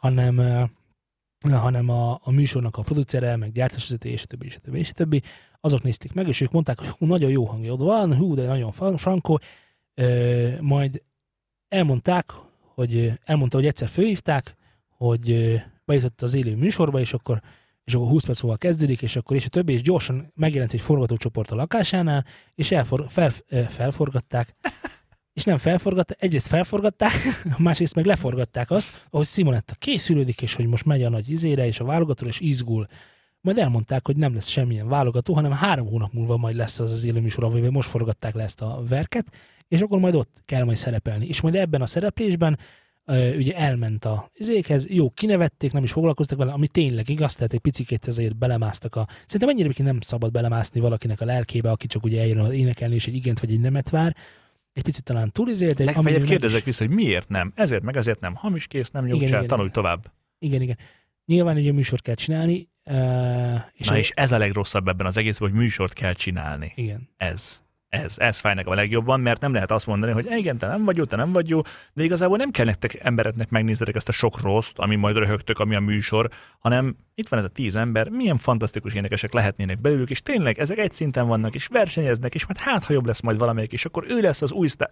hanem a műsornak a producere, meg gyártásvezető, és többi. Azok nézték meg, és ők mondták, hogy nagyon jó hangja van, de nagyon frankó. Majd elmondta, hogy egyszer fölhívták, hogy bejutott az élő műsorba, és akkor 20 perc múlva kezdődik, és akkor és a többi, és gyorsan megjelent egy forgatócsoport a lakásánál, és felforgatták, és nem felforgatták, egyrészt felforgatták, másrészt meg leforgatták azt, ahogy Simonetta készülődik, és hogy most megy a nagy izére, és a válogató, és izgul. Majd elmondták, hogy nem lesz semmilyen válogató, hanem 3 hónap múlva majd lesz az élőműsor, ahol most forgatták le ezt a verket, és akkor majd ott kell majd szerepelni. És majd ebben a szereplésben ugye elment a izékhez, jó, kinevették, nem is foglalkoztak vele, ami tényleg igaz, tehát egy picikét ezért belemásztak szerintem ennyire nem szabad belemászni valakinek a lelkébe, aki csak ugye eljön énekelni, és egy igent vagy egy nemet vár. Egy picit talán túlizélt. Legfeljebb kérdezek vissza, hogy miért nem? Ezért meg ezért nem. Hamis kész, nem nyugcsál, tanulj tovább. Igen. Nyilván ugye műsort kell csinálni. És ez a legrosszabb ebben az egészben, hogy műsort kell csinálni. Igen. Ez fáj nekem a legjobban, mert nem lehet azt mondani, hogy igen, te nem vagy jó, de igazából nem kell nektek embereknek megnézzetek ezt a sok rosszt, ami majd röhögtök, ami a műsor, hanem itt van ez a 10 ember, milyen fantasztikus énekesek lehetnének belőlük, és tényleg ezek egy szinten vannak, és versenyeznek, és majd ha jobb lesz majd valamelyik, és akkor ő lesz az új sztár.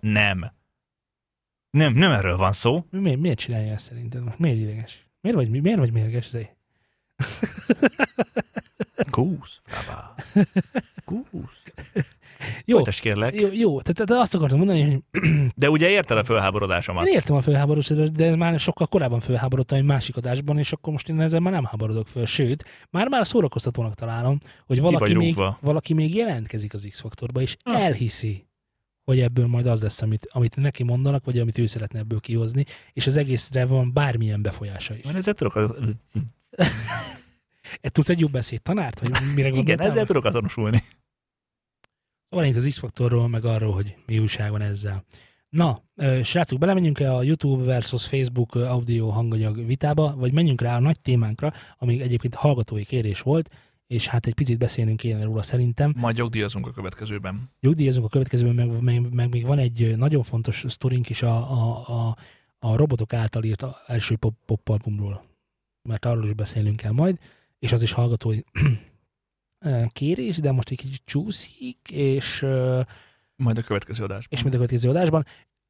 Nem erről van szó. Miért csinálja ezt szerinted? Miért ideges? Miért vagy mérges? Kúsz. Kúsz. Folytasd kérlek. Jó, tehát azt akartam mondani, hogy De ugye érted a fölháborodásomat? én értem a fölháborodásodat, de már sokkal korábban fölháborodtam egy másik adásban, és akkor most én ezzel már nem háborodok föl. Sőt, már szórakoztatónak találom, hogy valaki még jelentkezik az X-faktorba, és elhiszi, hogy ebből majd az lesz, amit neki mondanak, vagy amit ő szeretne ebből kihozni, és az egészre van bármilyen befolyása is. Ezzel tudok... Tudsz egy jobb beszédtanárt? Vagy mire Igen, gondoltál? ezzel tudok azonosulni. Szóval én az X-faktorról, meg arról, hogy mi újság van ezzel. Na, srácok, belemenjünk-e a YouTube versus Facebook audio hanganyag vitába, vagy menjünk rá a nagy témánkra, ami egyébként hallgatói kérés volt, és hát egy picit beszélnünk kéne róla szerintem. Majd jogdíjazunk a következőben. Jogdíjazunk a következőben, meg még van egy nagyon fontos sztorink is a robotok által írt első pop albumról, mert arról is beszélnünk kell majd, és az is hallgatói kérés, de most egy kicsit csúszik, és majd a következő adásban. És majd a következő adásban.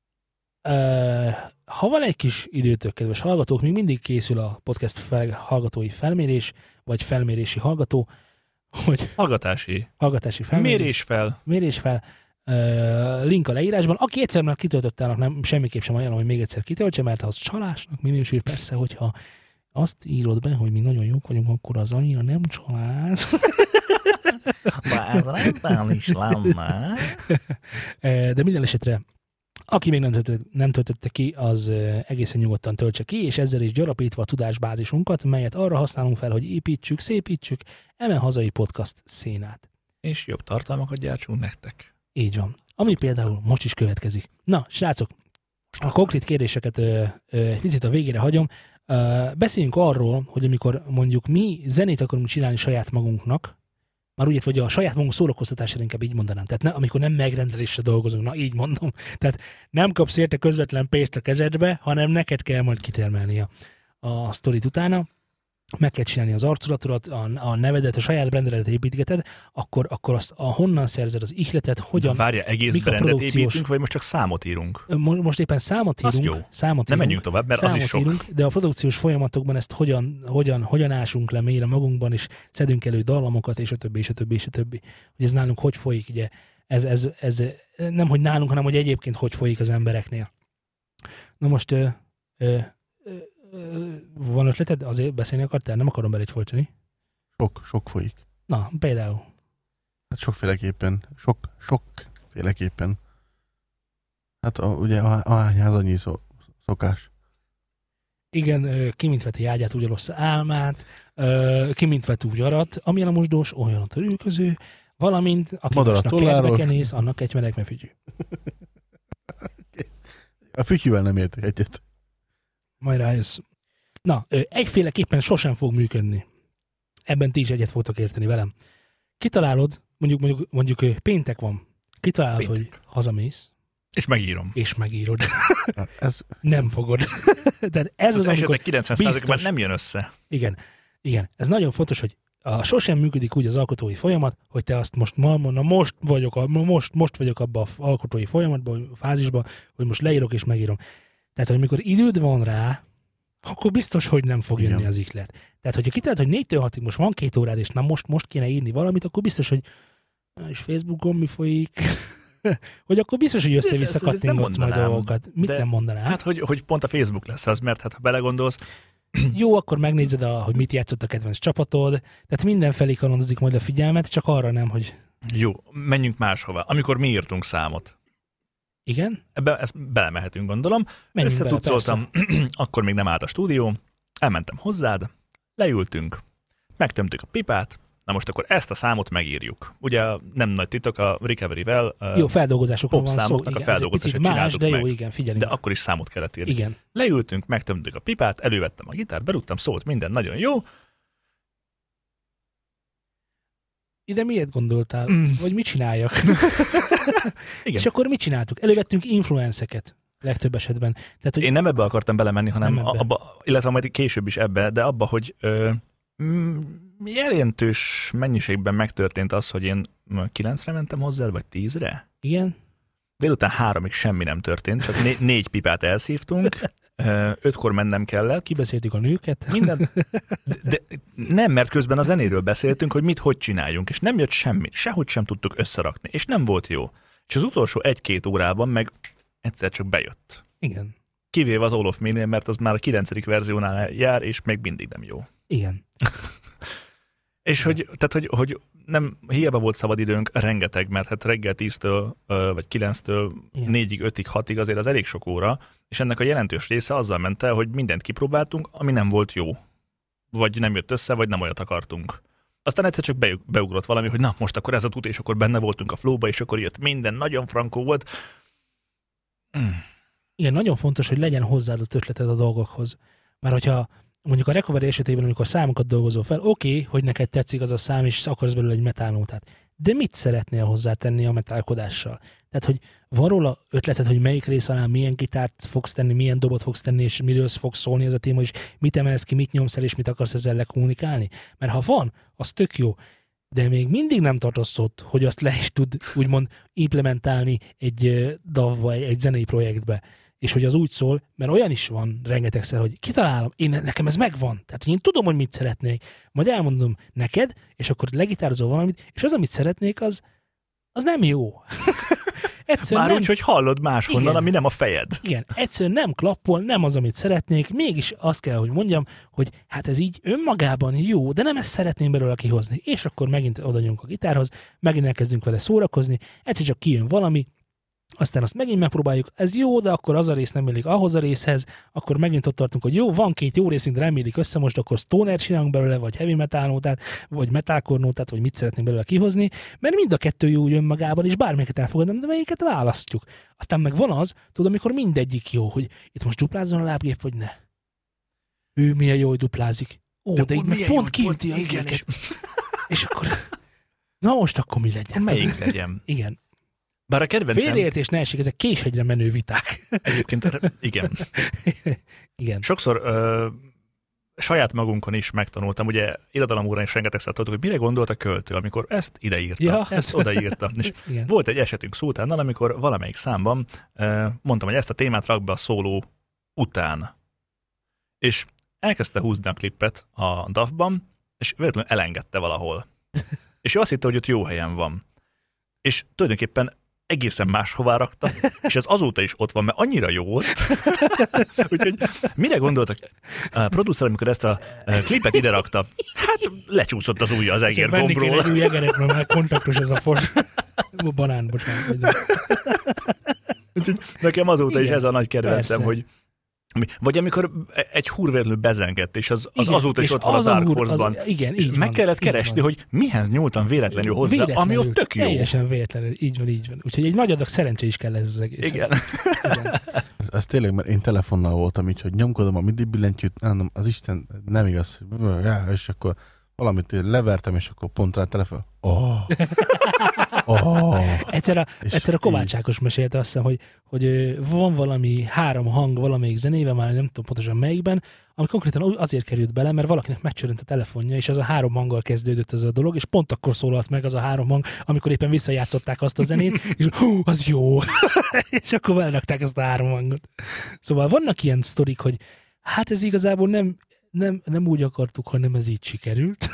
Ha van egy kis időtök, kedves hallgatók, még mindig készül a podcast hallgatói felmérés, vagy felmérési hallgató, hogy Hallgatási felmérés. Mérés fel. Link a leírásban. Aki egyszer már kitöltötte, annak nem, semmiképp sem ajánlom, hogy még egyszer kitöltse, mert az csalásnak minősül. Persze, hogyha azt írod be, hogy mi nagyon jók vagyunk, akkor az annyira nem csalás. Bár rendben is lenne. De minden esetre, aki még nem töltötte ki, az egészen nyugodtan töltse ki, és ezzel is gyarapítva a tudásbázisunkat, melyet arra használunk fel, hogy építsük, szépítsük eme hazai podcast szénát. És jobb tartalmakat gyártsunk nektek. Így van. Ami például most is következik. Na, srácok, a konkrét kérdéseket egy picit a végére hagyom. Beszéljünk arról, hogy amikor mondjuk mi zenét akarunk csinálni saját magunknak, már úgy hogy a saját magunk szórakoztatására inkább így mondanám. Tehát amikor nem megrendelésre dolgozunk, na így mondom. Tehát nem kapsz érte közvetlen pénzt a kezedbe, hanem neked kell majd kitermelni a sztorit utána. Meg kell csinálni az arculatodat, a nevedet, a saját brandedet építgeted, akkor azt honnan szerzed az ihletet, hogyan... Várja, egész brandet építünk, vagy most csak számot írunk? Most éppen számot írunk. Jó. Nem menjünk tovább, mert az is sok. Írunk, de a produkciós folyamatokban ezt hogyan ásunk le mélyre magunkban, és szedünk elő dallamokat, és a többi. Hogy ez nálunk hogy folyik, ugye? Ez nem, hogy nálunk, hanem hogy egyébként hogy folyik az embereknél. Na most... van ötleted? Azért beszélni akartál? Nem akarom belét folytani. Sok folyik. Na, például. Hát sokféleképpen. Sokféleképpen. Hát ugye ahányház annyi szokás. Igen, ki mint veti ágyát, úgy rossz álmát, ki mint vet úgy arat, amilyen a mosdós, olyan a törülköző, valamint aki másnak kertbe néz, annak egy meleg fütyű. A fütyűvel nem értek egyet. Majd rájössz. Na, egyféleképpen sosem fog működni. Ebben ti is egyet fogtok érteni velem. Kitalálod, mondjuk péntek van. Kitalálod, hogy hazamész. És megírod. Nem fogod. Tehát ez az esetek 90%-ban nem jön össze. Igen. Ez nagyon fontos, hogy sosem működik úgy az alkotói folyamat, hogy te azt most vagyok abban az alkotói folyamatban, fázisban, hogy most leírok és megírom. Tehát, hogy amikor időd van rá, akkor biztos, hogy nem fog jönni az ihlet. Tehát, hogyha kitalálod, hogy 4-től 6-ig most van 2 órád, és most kéne írni valamit, akkor biztos, hogy és Facebookon mi folyik, hogy akkor biztos, hogy össze-vissza kattingatsz majd dolgokat. Mit nem mondanám? Hát, hogy pont a Facebook lesz az, mert hát, ha belegondolsz... Jó, akkor megnézed, hogy mit játszott a kedvenc csapatod, tehát mindenfelé kalandozik majd a figyelmet, csak arra nem, hogy... Jó, menjünk máshova. Amikor mi írtunk számot. Igen? Ezt belemehetünk, gondolom. Összecuccoltam, akkor még nem állt a stúdió, elmentem hozzád, leültünk, megtömtük a pipát, na most akkor ezt a számot megírjuk. Ugye nem nagy titok a Recovery-vel. Jó, feldolgozásokról van szó. A feldolgozását más, de jó, meg, igen, figyelünk. De akkor is számot kellett írni. Igen. Leültünk, megtömtük a pipát, elővettem a gitárt, berúgtam, szólt minden nagyon jó. Ide miért gondoltál? Vagy mit csináljak? Igen. És akkor mit csináltuk? Elővettünk influenceket legtöbb esetben. Tehát, hogy én nem ebbe akartam belemenni, hanem abba, illetve majd később is ebbe, de abba, hogy jelentős mennyiségben megtörtént az, hogy én 9-re mentem hozzád, vagy 10-re? Igen. Délután 3-ig semmi nem történt, csak 4 pipát elszívtunk, 5-kor mennem kellett. Kibeszéltük a nőket. Minden. De nem, mert közben a zenéről beszéltünk, hogy hogy csináljunk, és nem jött semmit, sehogy sem tudtuk összerakni, és nem volt jó. És az utolsó 1-2 órában meg egyszer csak bejött. Igen. Kivéve az All of Me-nél, mert az már a 9. verziónál jár, és még mindig nem jó. Igen. És hogy nem, hiába volt szabad időnk, rengeteg, mert hát reggel 10-től, vagy 9-től 4-ig, 5-ig, 6-ig azért az elég sok óra, és ennek a jelentős része azzal ment el, hogy mindent kipróbáltunk, ami nem volt jó. Vagy nem jött össze, vagy nem olyat akartunk. Aztán egyszer csak beugrott valami, hogy na, most akkor ez a tud, és akkor benne voltunk a flowba, és akkor jött minden, nagyon frankó volt. Igen, nagyon fontos, hogy legyen hozzáadott ötleted a dolgokhoz. Mert hogyha mondjuk a recovery esetében, amikor számokat dolgozol fel, oké, hogy neked tetszik az a szám, és akarsz belőle egy metálnótát. De mit szeretnél hozzátenni a metálkodással? Tehát, hogy van róla ötleted, hogy melyik rész alá milyen gitárt fogsz tenni, milyen dobot fogsz tenni, és miről fogsz szólni ez a téma, és mit emelsz ki, mit nyomsz el, és mit akarsz ezzel lekommunikálni? Mert ha van, az tök jó. De még mindig nem tartasz ott, hogy azt le is tud úgymond implementálni egy DAW-ba, egy zenei projektbe. És hogy az úgy szól, mert olyan is van rengetegszer, hogy kitalálom, nekem ez megvan. Tehát én tudom, hogy mit szeretnék. Majd elmondom neked, és akkor legitározol valamit, és az, amit szeretnék, az nem jó. Már úgy, hogy hallod máshonnan, igen, ami nem a fejed. Igen, egyszerűen nem klappol, nem az, amit szeretnék, mégis azt kell, hogy mondjam, hogy hát ez így önmagában jó, de nem ezt szeretném belőle kihozni. És akkor megint oda nyomunk a gitárhoz, megint elkezdünk vele szórakozni, egyszer csak kijön valami, aztán azt megint megpróbáljuk, ez jó, de akkor az a rész nem illik ahhoz a részhez, akkor megint ott tartunk, hogy jó, van 2 jó részünk, de nem illik össze, most akkor stoner csinálunk belőle, vagy heavy metal nótát, vagy metalcore nótát, vagy mit szeretnénk belőle kihozni, mert mind a 2 jó úgy önmagában, és bármelyiket elfogadom, de melyiket választjuk. Aztán meg van az, tudod, amikor mindegyik jó, hogy itt most duplázzon a lábgép, vagy ne. Ő milyen jó, hogy duplázik. De itt meg pont kiüti a izéket. És akkor, na most akkor mi legyen? Melyik legyen? Igen. Bár a kedvencem... Félreértés ne esik, ezek késhegyre menő viták. Egyébként igen. Igen. Sokszor saját magunkon is megtanultam, ugye irodalomórán is rengetegszer tudtuk, hogy mire gondolt a költő, amikor ezt ideírta, ezt odaírta. És volt egy esetünk Szultánnal, amikor valamelyik számban mondtam, hogy ezt a témát rak be a szóló után. És elkezdte húzni a klippet a DAW-ban, és véletlenül elengedte valahol. És ő azt hitte, hogy ott jó helyen van. És tulajdonképpen egészen máshová rakta, és ez azóta is ott van, mert annyira jó volt. Úgyhogy mire gondoltak a producer, amikor ezt a klipet ide rakta? Hát lecsúszott az ujja az egér gombról. Venni kéne egy új egerekről, mert kontaktos ez a fos. Banán, bocsánat. Nekem azóta igen, is ez a nagy kedvencem, persze. hogy vagy amikor egy húrvérdlő bezengett, és az azóta is ott van a Dark Horse-ban. Igen, és meg kellett keresni, hogy mihez nyúltam véletlenül hozzá, ami ott tök jó. Teljesen véletlenül, így van. Úgyhogy egy nagy adag szerencse is kell ez az egész. Igen. Ez tényleg, mert én telefonnal voltam így, hogy nyomkodom a MIDI billentyűt, az Isten nem igaz, és akkor valamit levertem, és akkor pont rá telefon. Egyszer a Kovács Ákos mesélte azt hiszem, hogy van valami 3 hang valamelyik zenében, már nem tudom pontosan melyikben, ami konkrétan azért került bele, mert valakinek megcsörönt a telefonja, és az a 3 hanggal kezdődött ez a dolog, és pont akkor szólalt meg az a 3 hang, amikor éppen visszajátszották azt a zenét, és az jó! És akkor belerakták ezt a 3 hangot. Szóval vannak ilyen sztorik, hogy hát ez igazából nem úgy akartuk, hanem ez így sikerült.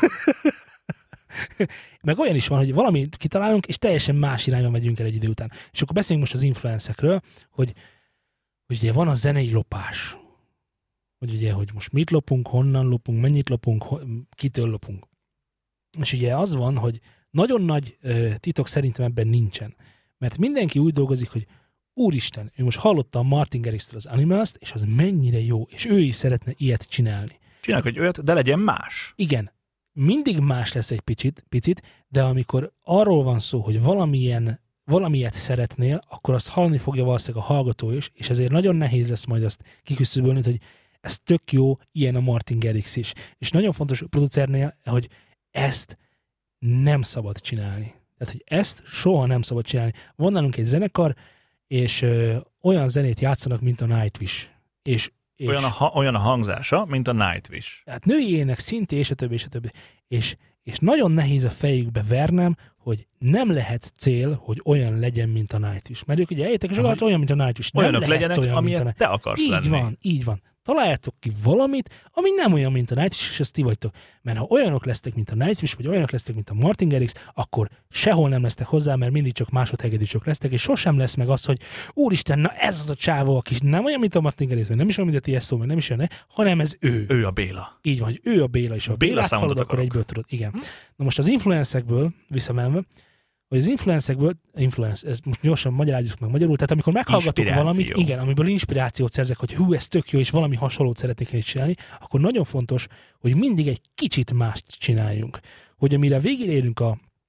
Meg olyan is van, hogy valamit kitalálunk, és teljesen más irányba megyünk el egy idő után. És akkor beszéljünk most az influencerekről, hogy ugye van a zenei lopás. Hogy ugye, hogy most mit lopunk, honnan lopunk, mennyit lopunk, kitől lopunk. És ugye az van, hogy nagyon nagy titok szerintem ebben nincsen. Mert mindenki úgy dolgozik, hogy úristen, ő most hallotta a Martin Garrix-től az Animals-t, és az mennyire jó, és ő is szeretne ilyet csinálni. Csináljuk egy olyat, de legyen más. Igen. Mindig más lesz egy picit, de amikor arról van szó, hogy valamilyet szeretnél, akkor azt hallani fogja valószínűleg a hallgató is, és ezért nagyon nehéz lesz majd azt kiküszöbölni, hogy ez tök jó, ilyen a Martin Garrix is. És nagyon fontos a producernél, hogy ezt nem szabad csinálni. Tehát, hogy ezt soha nem szabad csinálni. Van nálunk egy zenekar, és olyan zenét játszanak, mint a Nightwish. És olyan a hangzása, mint a Nightwish. Hát női ének, szinti, és a többi. És És nagyon nehéz a fejükbe vernem, hogy nem lehet cél, hogy olyan legyen, mint a Nightwish. Mert ők ugye eljöttek, és akarsz olyan, mint a Nightwish. Olyanok legyenek, amilyen te akarsz lenni. Így van. Találjátok ki valamit, ami nem olyan, mint a Nightwish, és ezt ti vagytok. Mert ha olyanok lesztek, mint a Nightwish, vagy olyanok lesztek, mint a Martin Garrix, akkor sehol nem lesztek hozzá, mert mindig csak másodhegedűsök lesztek, és sosem lesz meg az, hogy úristen, na ez az a csávó, aki nem olyan, mint a Martin Garrix, vagy nem is olyan, mint a Tiesto, meg nem is olyan, hanem ez ő. Ő a Béla. Így van, hogy ő a Béla, és a Bélát hallod, akkor egyből tudod. Igen. Na most az influenceekből visszamenve, hogy az influencekből, ezt most gyorsan magyarázzuk meg magyarul, tehát amikor meghallgatok valamit, igen, amiből inspirációt szerzek, hogy hú, ez tök jó, és valami hasonlót szeretnék egy csinálni, akkor nagyon fontos, hogy mindig egy kicsit mást csináljunk. Hogy amire végén érünk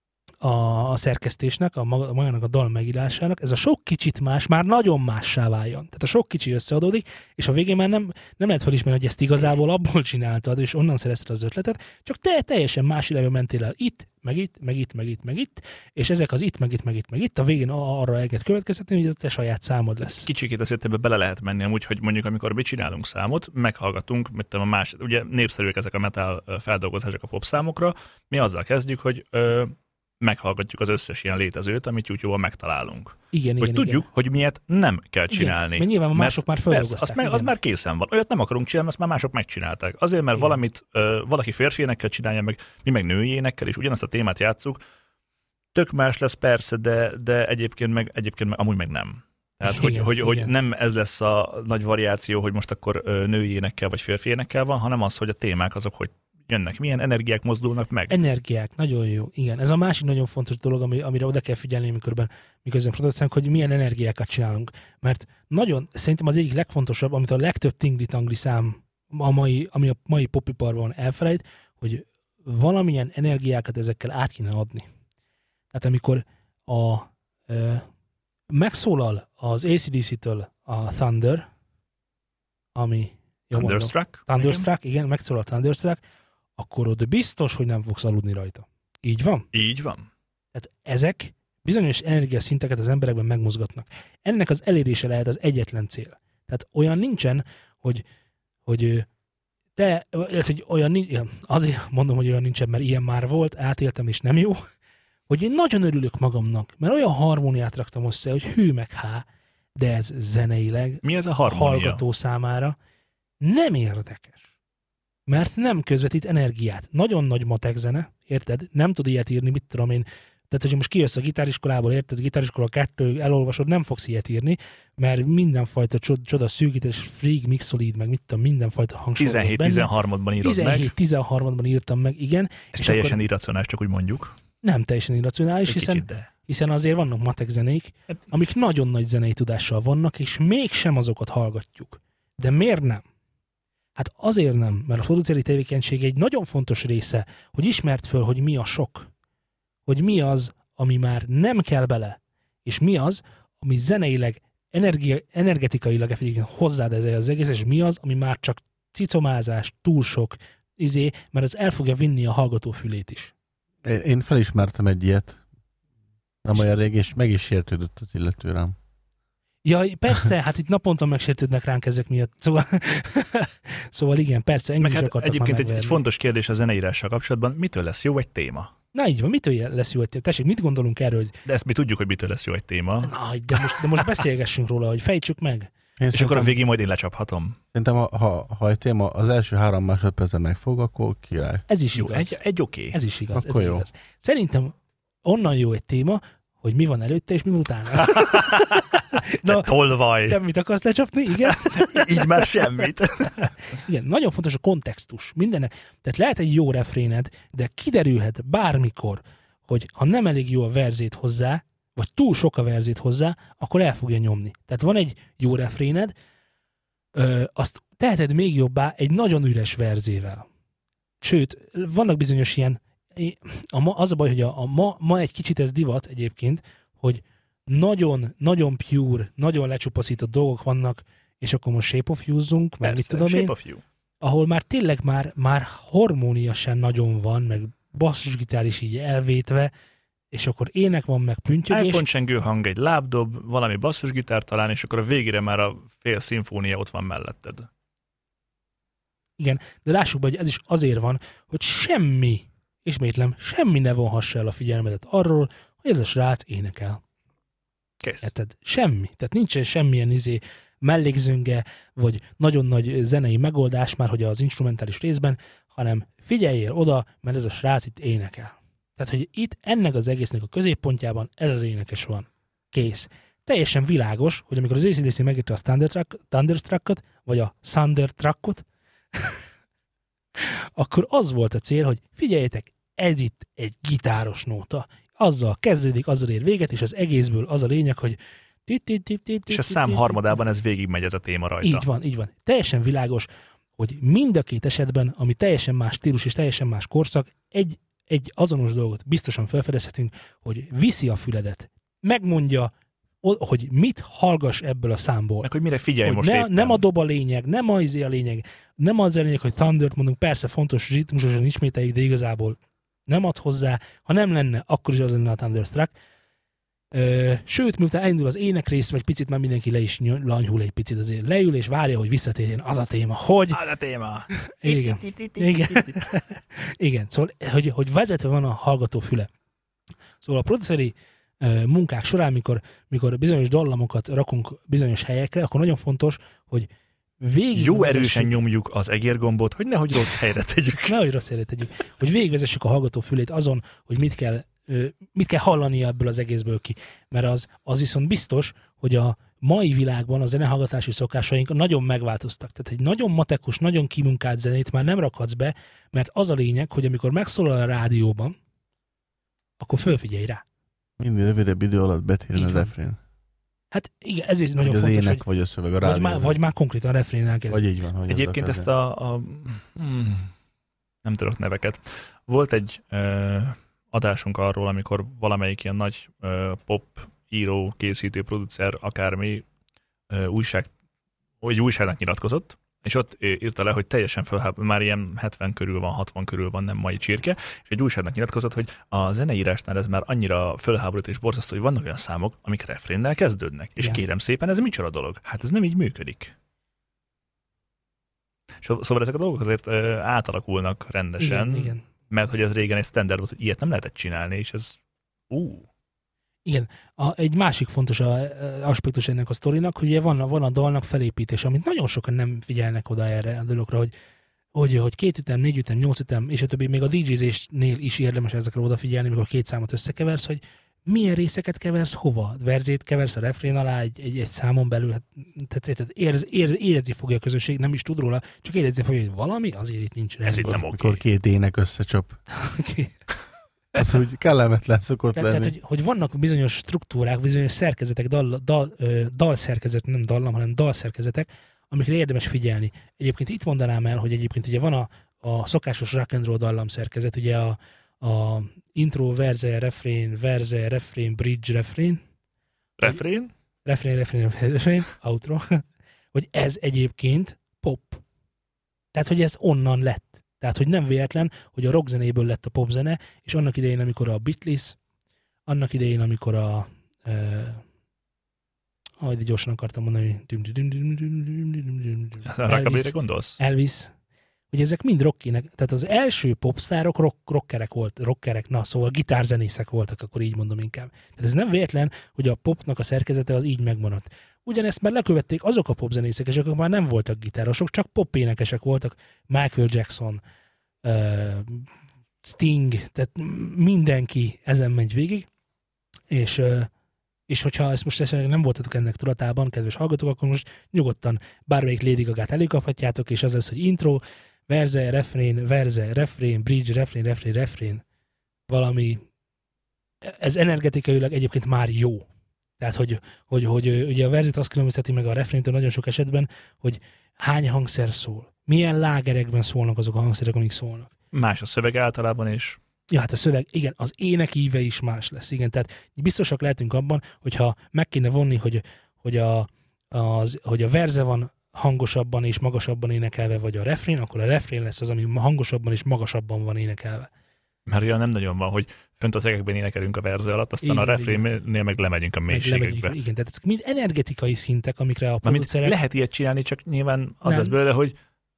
a szerkesztésnek, magának a dal megírásának, ez a sok kicsit más már nagyon mássá váljon. Tehát a sok kicsi összeadódik, és a végén már nem lehet felismerni, hogy ezt igazából abból csináltad, és onnan szerezted az ötletet, csak te teljesen más irányba mentél el itt, meg itt, és ezek az itt, meg itt, a végén arra elkezd következtetni, hogy ez a te saját számod lesz. Kicsikét azért ebbe bele lehet menni, amúgy, hogy mondjuk amikor mi csinálunk számot, meghallgatunk, ugye népszerűek ezek a metal feldolgozások a pop számokra, mi azzal kezdjük, hogy meghallgatjuk az összes ilyen létezőt, amit YouTube-on megtalálunk. Igen, tudjuk, hogy miért nem kell csinálni. Mert nyilván mások már feldolgozták. Az már készen van. Olyat nem akarunk csinálni, azt már mások megcsinálták. Azért, mert valamit valaki férfi énekkel csinálja, meg mi meg női énekkel, és ugyanazt a témát játsszuk. Tök más lesz persze, de egyébként meg amúgy meg nem. Tehát, hogy nem ez lesz a nagy variáció, hogy most akkor női énekkel vagy férfi énekkel van, hanem az, hogy a témák azok, hogy jönnek, milyen energiák mozdulnak meg. Energiák, nagyon jó. Igen, ez a másik nagyon fontos dolog, amire oda kell figyelni, miközben producálunk, hogy milyen energiákat csinálunk. Mert szerintem az egyik legfontosabb, amit a legtöbb tingli-tangli szám, ami a mai popiparban elfelejt, hogy valamilyen energiákat ezekkel át kéne adni. Tehát amikor megszólal az AC/DC-től a Thunder, ami Thunderstruck, igen, megszólal a Thunderstruck, akkor ott biztos, hogy nem fogsz aludni rajta. Így van? Így van. Tehát ezek bizonyos energiaszinteket az emberekben megmozgatnak. Ennek az elérése lehet az egyetlen cél. Tehát olyan nincsen, hogy azért mondom, hogy olyan nincsen, mert ilyen már volt, átéltem és nem jó, hogy én nagyon örülök magamnak, mert olyan harmóniát raktam össze, hogy hű meg há, de ez zeneileg mi ez a harmónia? Hallgató számára nem érdekes. Mert nem közvetít energiát. Nagyon nagy matek zene, érted? Nem tud ilyet írni, mit tudom én. Tehát, hogyha most kijössz a gitáriskolából, érted? Gitáriskola 2 elolvasod, nem fogsz ilyet írni, mert mindenfajta csoda szűkítés, freak, mixolid, meg mit tudom, mindenfajta hangsor. 17-13-ban írod meg. 17-13-ban írtam meg, igen. Ez teljesen irracionális, csak úgy mondjuk. Nem teljesen irracionális, hiszen azért vannak matek zenék, amik nagyon nagy zenei tudással vannak, és mégsem azokat hallgatjuk. De miért nem? Hát azért nem, mert a produceri tevékenység egy nagyon fontos része, hogy ismerd föl, hogy mi a sok. Hogy mi az, ami már nem kell bele, és mi az, ami zeneileg, energetikailag hozzád ez az egész, és mi az, ami már csak cicomázás, túl sok, mert az el fogja vinni a hallgató fülét is. Én felismertem egy ilyet, nem olyan rég, és meg is sértődött az illető rám. Ja, persze, hát itt naponta megsértődnek ránk ezek miatt. Szóval igen, persze, engem is akartak egyébként már megverni. Egy fontos kérdés a zeneírással kapcsolatban, mitől lesz jó egy téma? Na így van, mitől lesz jó egy téma? Tessék, mit gondolunk erről? De ezt mi tudjuk, hogy mitől lesz jó egy téma. Na, de most beszélgessünk róla, hogy fejtsük meg. És akkor a végén majd én lecsaphatom. Szerintem, ha egy téma az első 3 másodpercen megfog, akkor király. Ez is jó, igaz. Egy oké. Ez is igaz. Akkor ez jó. Igaz. Szerintem onnan jó egy téma, hogy mi van előtte, és mi van utána. Na, tolvaj. Nem mit akarsz lecsapni? Igen. Így már semmit. Igen, nagyon fontos a kontextus. Mindennek. Tehát lehet egy jó refréned, de kiderülhet bármikor, hogy ha nem elég jó a verzét hozzá, vagy túl sok a verzét hozzá, akkor el fogja nyomni. Tehát van egy jó refréned, azt teheted még jobbá egy nagyon üres verzével. Sőt, vannak bizonyos ilyen, az a baj, hogy ma egy kicsit ez divat egyébként, hogy nagyon pure, nagyon lecsupaszított dolgok vannak, és akkor most Shape of You-zunk, meg mit tudom én, ahol már tényleg már harmónia sem nagyon van, meg basszusgitár is így elvétve, és akkor ének van, meg plüntyögés. iPhone-csengő hang, egy lábdob, valami basszusgitár talán, és akkor a végére már a fél szimfónia ott van melletted. Igen, de lássuk be, hogy ez is azért van, hogy semmi ismétlem, semmi ne vonhassa el a figyelmedet arról, hogy ez a srác énekel. Kész. Érted? Semmi. Tehát nincsen semmilyen mellékzönge, vagy nagyon nagy zenei megoldás már, hogy az instrumentális részben, hanem figyeljél oda, mert ez a srác itt énekel. Tehát, hogy itt ennek az egésznek a középpontjában ez az énekes van. Kész. Teljesen világos, hogy amikor az AC/DC megírta a Thunderstruck-ot, vagy a Thunderstruck-ot, akkor az volt a cél, hogy figyeljetek, ez itt egy gitáros nóta. Azzal kezdődik, azzal ér véget, és az egészből az a lényeg, hogy és a szám harmadában ez végigmegy ez a téma rajta. Így van. Teljesen világos, hogy mind a két esetben, ami teljesen más stílus és teljesen más korszak, egy azonos dolgot biztosan felfedezhetünk, hogy viszi a füledet, megmondja, hogy mit hallgass ebből a számból. Meg hogy mire figyelj hogy most éppen. Nem a dob a lényeg, nem a lényeg, nem az a lényeg, hogy Thundert mondunk, persze fontos, ritmusosan ismételjük, de igazából nem ad hozzá. Ha nem lenne, akkor is az lenne a Thunderstruck. Sőt, miután elindul az énekrész, vagy picit már mindenki le is lanyhul egy picit azért. Leül és várja, hogy visszatérjen az a téma, hogy... Az a téma! Igen. Igen. Szóval, hogy vezetve van a hallgató füle. Szóval a produceri munkák során, mikor bizonyos dallamokat rakunk bizonyos helyekre, akkor nagyon fontos, hogy jó erősen nyomjuk az egérgombot, hogy nehogy rossz helyre tegyük. Hogy végigvezessük a hallgató fülét azon, hogy mit kell hallania ebből az egészből ki. Mert az viszont biztos, hogy a mai világban a zenehallgatási szokásaink nagyon megváltoztak. Tehát egy nagyon matekus, nagyon kimunkált zenét már nem rakhatsz be, mert az a lényeg, hogy amikor megszólal a rádióban, akkor fölfigyelj rá. Minden rövidebb idő alatt betérjen a refrén. Hát igen, ez is nagyon fontos, fontos, ének, vagy a szöveg a rádióban. Vagy már konkrétan a refrénnel kezd. Vagy így van. Hogy egyébként ezt nem tudok neveket. Volt egy adásunk arról, amikor valamelyik ilyen nagy pop író, készítő, producer, akármi újságnak nyilatkozott, és ott írta le, hogy teljesen már ilyen 70 körül van, 60 körül van, nem mai csirke, és egy újságnak nyilatkozott, hogy a zeneírásnál ez már annyira fölháborít és borzasztó, hogy vannak olyan számok, amik refrénnel kezdődnek. És kérem szépen, ez micsoda dolog? Hát ez nem így működik. Szóval ezek a dolgok azért átalakulnak rendesen, igen. Mert hogy ez régen egy standard volt, hogy ilyet nem lehetett csinálni, és ez... Igen. Egy másik fontos aspektus ennek a sztorinak, hogy ugye van a dalnak felépítés, amit nagyon sokan nem figyelnek oda erre a dologra, hogy 2 ütem, 4 ütem, 8 ütem, és a többi, még a DJ-zésnél is érdemes ezekre odafigyelni, amikor 2 számot összekeversz, hogy milyen részeket keversz hova? Verzét keversz a refrén alá egy számon belül, tehát érezni fogja a közösség, nem is tud róla, csak érezni fogja, hogy valami azért itt nincs rendben. Ez itt nem oké. Amikor 2 ének összecsap. Az úgy kellemetlen szokott lenni. Tehát, hogy vannak bizonyos struktúrák, bizonyos szerkezetek, dalszerkezet, nem dallam, hanem dalszerkezetek, amikre érdemes figyelni. Egyébként itt mondanám el, hogy egyébként ugye van a szokásos rock and roll dallam szerkezet, ugye a intro, verze, refrén, bridge, refrén. Refrén? Refrén, outro. Hogy ez egyébként pop. Tehát, hogy ez onnan lett. Tehát, hogy nem véletlen, hogy a rockzenéből lett a popzene, és annak idején, amikor a Beatles, annak idején, amikor de gyorsan akartam mondani, Rockabillire gondolsz? Elvis, hogy ezek mind rockinek, tehát az első popsztárok rockerek, szóval gitárzenészek voltak, akkor így mondom inkább. Tehát ez nem véletlen, hogy a popnak a szerkezete az így megmaradt. Ugyanezt már lekövették azok a popzenészek, és akik már nem voltak gitárosok, csak popénekesek voltak, Michael Jackson, Sting, tehát mindenki ezen megy végig, és hogyha ezt most esetleg nem voltatok ennek tudatában, kedves hallgatók, akkor most nyugodtan bármelyik Lady Gagát előkaphatjátok, és az lesz, hogy intro, verze, refrén, bridge, refrén, valami, ez energetikailag egyébként már jó. Tehát, hogy ugye a verzét azt különbözteti meg a refréntől nagyon sok esetben, hogy hány hangszer szól. Milyen lágerekben szólnak azok a hangszerek, amik szólnak. Más a szöveg általában is. Ja, hát a szöveg, igen, az ének íve is más lesz. Igen, tehát biztosak lehetünk abban, hogyha meg kéne vonni, hogy a verze van hangosabban és magasabban énekelve, vagy a refrén, akkor a refrén lesz az, ami hangosabban és magasabban van énekelve. Mert olyan nem nagyon van, hogy fönt az egekben énekelünk a verze alatt, aztán igen, a refrénnél meg lemegyünk a mélységekbe. Igen, tehát ezek mind energetikai szintek, amikre a producerek... Lehet ilyet csinálni, csak nyilván az lesz belőle, hogy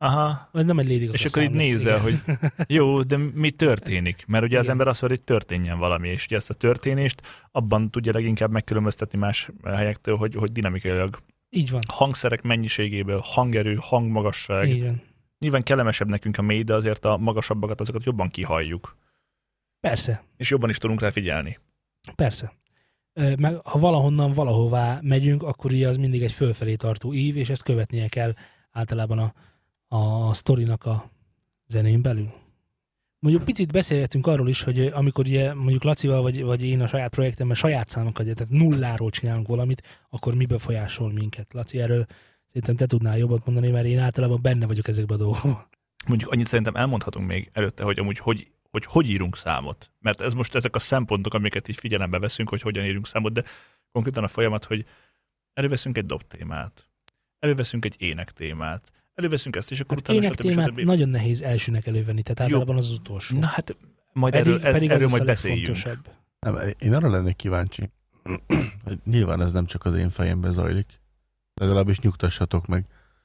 Aha. Vagy nem egy Lady Gaga És akkor így szám lesz, nézel, igen. hogy jó, de mi történik? Mert ugye az Igen. ember azt mondja, hogy történjen valami, és ugye ezt a történést abban tudja leginkább megkülönböztetni más helyektől, hogy dinamikailag Így van. hangszerek mennyiségéből, hangerő, hangmagasság. Így van. Nyilván kellemesebb nekünk a mély, de azért a magasabbakat azokat jobban kihalljuk. Persze. És jobban is tudunk rá figyelni. Persze. Meg ha valahonnan valahová megyünk, akkor ugye az mindig egy fölfelé tartó ív, és ezt követnie kell általában a sztorinak a zenén belül. Mondjuk picit beszélgetünk arról is, hogy amikor ugye mondjuk Lacival vagy én a saját projektemben saját számokat, tehát nulláról csinálunk valamit, akkor mi befolyásol minket? Laci, erről szerintem te tudnál jobbat mondani, mert én általában benne vagyok ezekben a dolgokban. Mondjuk annyit szerintem elmondhatunk még előtte, hogy amúgy hogy írunk számot. Mert ez most ezek a szempontok, amiket így figyelembe veszünk, hogy hogyan írunk számot, de konkrétan a folyamat, hogy előveszünk egy dobtémát, előveszünk egy énektémát, előveszünk ezt, és akkor Hát utána énektémát nagyon nehéz elsőnek elővenni, tehát általában az utolsó. Na hát majd pedig erről az majd a beszéljünk. legfontosabb. Nem, én arra lennék kíváncsi, hogy nyilván ez nem csak az én fejemben zajlik, legalábbis nyugtassatok meg,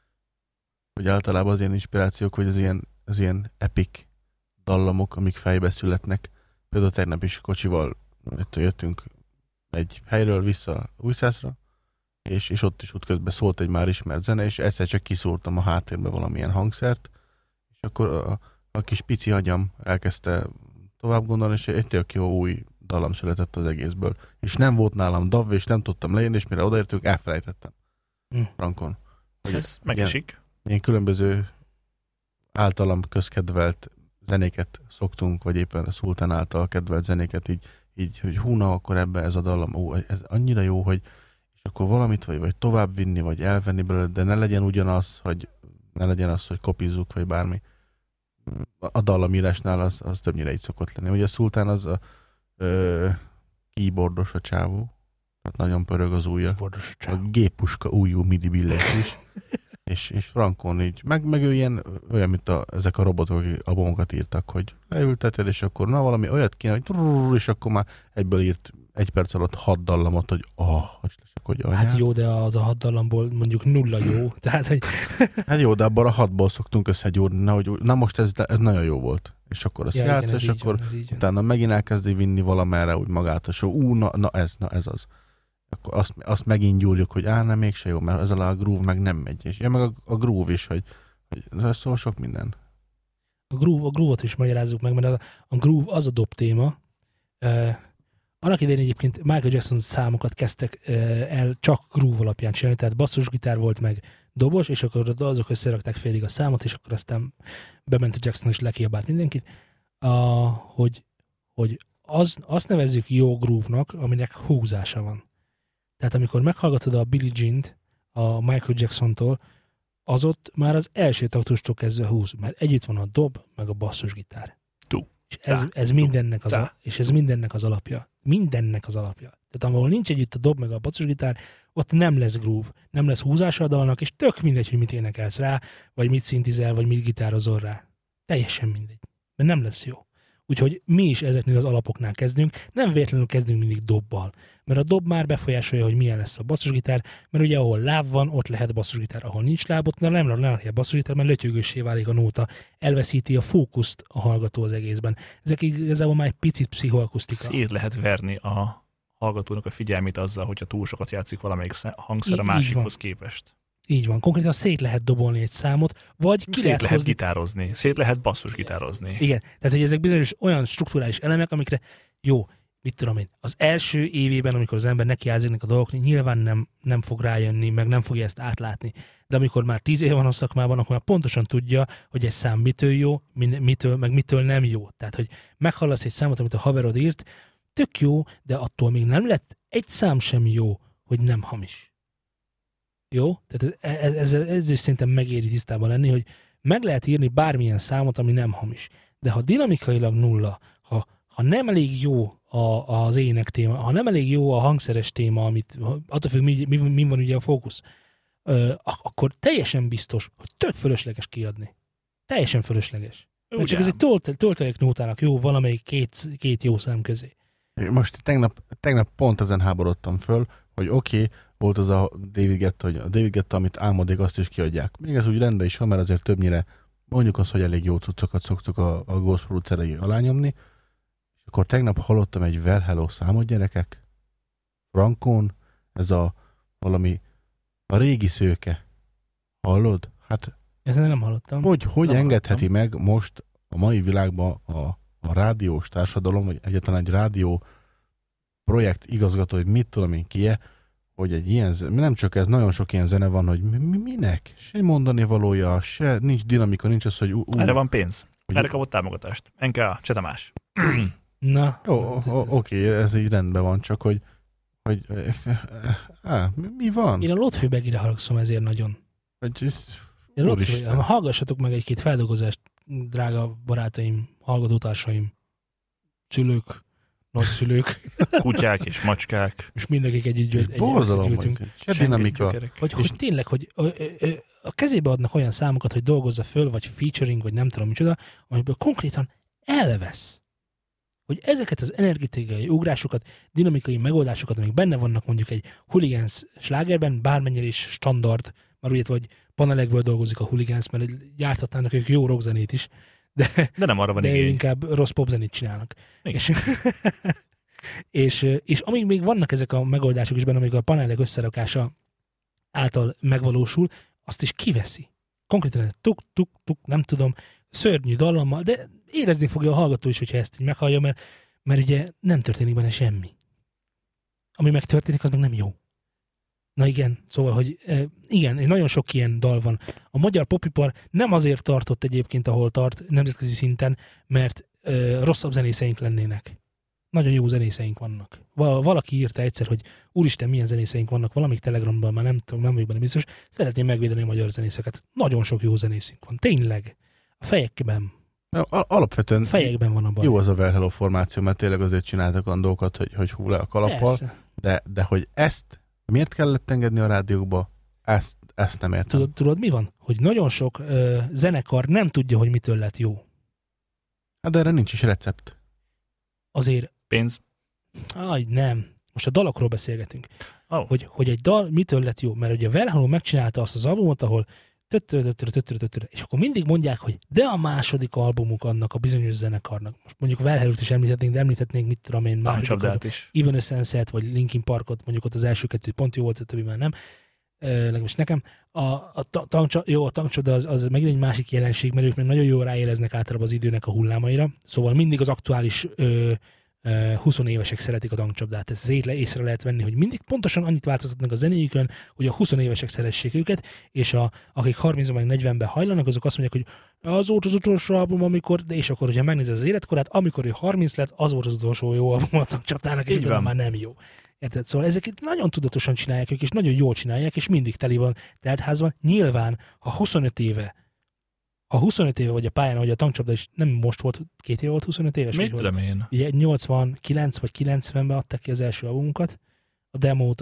hogy általában az ilyen inspirációk, hogy az ilyen epic dallamok, amik fejbe születnek. Például tegnap is kocsival jöttünk egy helyről vissza Újszászra, és ott is útközben szólt egy már ismert zene, és egyszer csak kiszúrtam a háttérbe valamilyen hangszert, és akkor a kis pici agyam elkezdte tovább gondolni, és egy tök jó új dallam született az egészből. És nem volt nálam DAW, és nem tudtam leírni, és mire odaértünk, elfelejtettem. Frankon. Ez megesik. Ilyen különböző általam közkedvelt zenéket szoktunk, vagy éppen a Szultán által kedvelt zenéket így hogy húna, akkor ebbe ez a dallam, ez annyira jó, hogy és akkor valamit vagy tovább vinni, vagy elvenni belőle, de ne legyen ugyanaz, hogy kopizzuk, vagy bármi. A dallamírásnál az többnyire így szokott lenni. Ugye a Szultán az a keyboardos a csávó, tehát nagyon pörög az ujja. A géppuska újú midi billet is. És Frankon így, meg ő ilyen, olyan, mint ezek a robotok, akik albumokat írtak, hogy leülteted, és akkor na valami olyat kéne, hogy és akkor már egyből írt 1 perc alatt 6 dallamot, hogy hogy anyám. Hát jó, de az a 6 dallamból mondjuk 0 jó. Tehát, hogy... Hát jó, de abban a 6-ból szoktunk összegyúrni, na most ez nagyon jó volt. És akkor azt játsz, és akkor utána megint elkezdi vinni valamerre úgy magát, és na ez az. Akkor azt megint gyúrjuk, hogy nem, mégse jó, mert ezzel a groove meg nem megy. És meg a groove is, hogy szóval sok minden. A groove-ot is magyarázzuk meg, mert a groove az a dob téma. Annak idején egyébként Michael Jackson számokat kezdtek el csak groove alapján csinálni, tehát basszusgitár volt meg dobos, és akkor azok összerakták félig a számot, és akkor aztán bement a Jackson és lekiabált mindenkit. Hogy azt nevezzük jó groove-nak, aminek húzása van. Tehát amikor meghallgatod a Billie Jean-t a Michael Jacksontól, az ott már az első taktustól kezdve húz, mert együtt van a dob, meg a basszusgitár. És ez mindennek az alapja. Mindennek az alapja. Tehát ahol nincs együtt a dob, meg a basszusgitár, ott nem lesz groove, nem lesz húzása a dalnak, és tök mindegy, hogy mit énekelsz rá, vagy mit szintizel, vagy mit gitározol rá. Teljesen mindegy. Mert nem lesz jó. Úgyhogy mi is ezeknél az alapoknál kezdünk, nem véletlenül kezdünk mindig dobbal. Mert a dob már befolyásolja, hogy milyen lesz a basszusgitár, mert ugye ahol láb van, ott lehet basszusgitár, ahol nincs láb, ott nem lehet basszusgitár, mert lötyögőssé válik a nóta, elveszíti a fókuszt a hallgató az egészben. Ezek igazából már egy picit pszichoakusztika. Szét lehet verni a hallgatónak a figyelmét azzal, hogyha túl sokat játszik valamelyik hangszer a másikhoz képest. Így van. Konkrétan szét lehet dobolni egy számot, vagy ki szét lehet gitározni, szét lehet basszusgitározni. Igen, tehát hogy ezek bizonyos olyan strukturális elemek, amikre jó, mit tudom én, az első évében, amikor az ember nekiázik a dolgoknak, nyilván nem fog rájönni, meg nem fogja ezt átlátni. De amikor már 10 év van a szakmában, akkor már pontosan tudja, hogy egy szám mitől jó, mitől nem jó. Tehát, hogy meghallasz egy számot, amit a haverod írt, tök jó, de attól még nem lett egy szám sem jó, hogy nem hamis. Jó? Tehát ez is szerintem megéri tisztában lenni, hogy meg lehet írni bármilyen számot, ami nem hamis. De ha dinamikailag nulla, ha nem elég jó az ének téma, ha nem elég jó a hangszeres téma, amit attól függ, mi van ugye a fókusz, akkor teljesen biztos, hogy tök fölösleges kiadni. Teljesen fölösleges. Mert csak ez egy toltajék nótának jó valamelyik két jó szám közé. Most tegnap pont ezen háborodtam föl, hogy oké, volt az a David Guetta, hogy a David Guetta, amit álmodik, azt is kiadják. Még ez úgy rendben is van, mert azért többnyire mondjuk azt, hogy elég jó cuccokat szoktuk a Ghost producerei alányomni. És akkor tegnap hallottam egy Well Hello számot, gyerekek. Frankon, ez a valami a régi szőke. Hallod? Hát ezt nem hallottam. hogy engedheti meg most a mai világban a rádiós társadalom, vagy egyáltalán egy rádió projekt igazgató, hogy mit tudom én ki-e, hogy egy ilyen, nem csak ez, nagyon sok ilyen zene van, hogy minek? Se mondani valója, se nincs dinamika, nincs az, hogy erre van pénz. Erre kapott támogatást. NKA, Cseh Tamás. Na. Oké, ez így rendben van, csak hogy mi van? Én a Lotfőbegire haragszom ezért nagyon. Hallgassatok meg egy-két feldolgozást, drága barátaim, hallgatótársaim, szülők, nagyszülők. Kutyák és macskák. És mindenkik együtt borzalom, se dinamika. Hogy tényleg, hogy a kezébe adnak olyan számokat, hogy dolgozza föl, vagy featuring, vagy nem tudom micsoda, amiből konkrétan elvesz. Hogy ezeket az energetikai ugrásokat, dinamikai megoldásokat, amik benne vannak mondjuk egy Hooligans slágerben, bármennyire is standard, már úgy vagy panelekből dolgozik a Hooligans, mert gyártatnának ők jó rockzenét is, de nem arra van de igény. Inkább rossz popzenét csinálnak. És amíg még vannak ezek a megoldások is benne, amik a panelek összerakása által megvalósul, azt is kiveszi. Konkrétan tuk, nem tudom, szörnyű dallammal, de érezni fogja a hallgató is, hogyha ezt így meghallja, mert ugye nem történik benne semmi. Ami megtörténik, az meg nem jó. Na igen, szóval, hogy igen, nagyon sok ilyen dal van. A magyar popipar nem azért tartott egyébként, ahol tart nemzetközi szinten, mert rosszabb zenészeink lennének. Nagyon jó zenészeink vannak. Valaki írta egyszer, hogy úristen, milyen zenészeink vannak, valamelyik Telegramban, már nem tudom, nem vagyok benne biztos, szeretném megvédeni a magyar zenészeket. Nagyon sok jó zenészünk van. Tényleg. A fejekben. Alapvetően fejekben van a baj. Jó az a Well Hello formáció, mert tényleg azért csináltak olyan dolgokat, hogy hú le a kalappal, de hogy ezt miért kellett engedni a rádiókba, ezt nem értem. Tudod, mi van? Hogy nagyon sok zenekar nem tudja, hogy mitől lett jó. Hát de erre nincs is recept. Azért... Pénz? Nem. Most a dalokról beszélgetünk. Oh. Hogy egy dal mitől lett jó. Mert ugye a Well Hello megcsinálta azt az albumot, ahol és akkor mindig mondják, hogy de a második albumuk annak a bizonyos zenekarnak. Most mondjuk a Well Hello-t is említhetnénk, de említhetnénk, mit tudom én, Tankcsapdát is. Evanescence-et, vagy Linkin Parkot, mondjuk ott az első kettő pont jó volt, a többi már nem. Legalábbis nekem. A tankcsapda az megint egy másik jelenség, mert ők még nagyon jól ráéreznek általában az időnek a hullámaira. Szóval mindig az aktuális 20 évesek szeretik a tankcsapdát. Ezt észre lehet venni, hogy mindig pontosan annyit változtatnak a zenéjükön, hogy a 20 évesek szeressék őket, és akik 30-ban meg 40-ben hajlanak, azok azt mondják, hogy az volt az utolsó album, amikor, de és akkor, hogyha megnézed az életkorát, amikor ő 30 lett, az volt az utolsó jó album a tankcsapdának, és már nem jó. Érted? Szóval ezeket nagyon tudatosan csinálják ők, és nagyon jól csinálják, és mindig teli van teltházban. Nyilván, ha 25 éve vagy a pályán, ahogy a tankcsapda is nem most volt, 2 éve volt 25 éves. Mit tudom én? Ugye 89 vagy 90-ben adták ki az első albumunkat, a demót,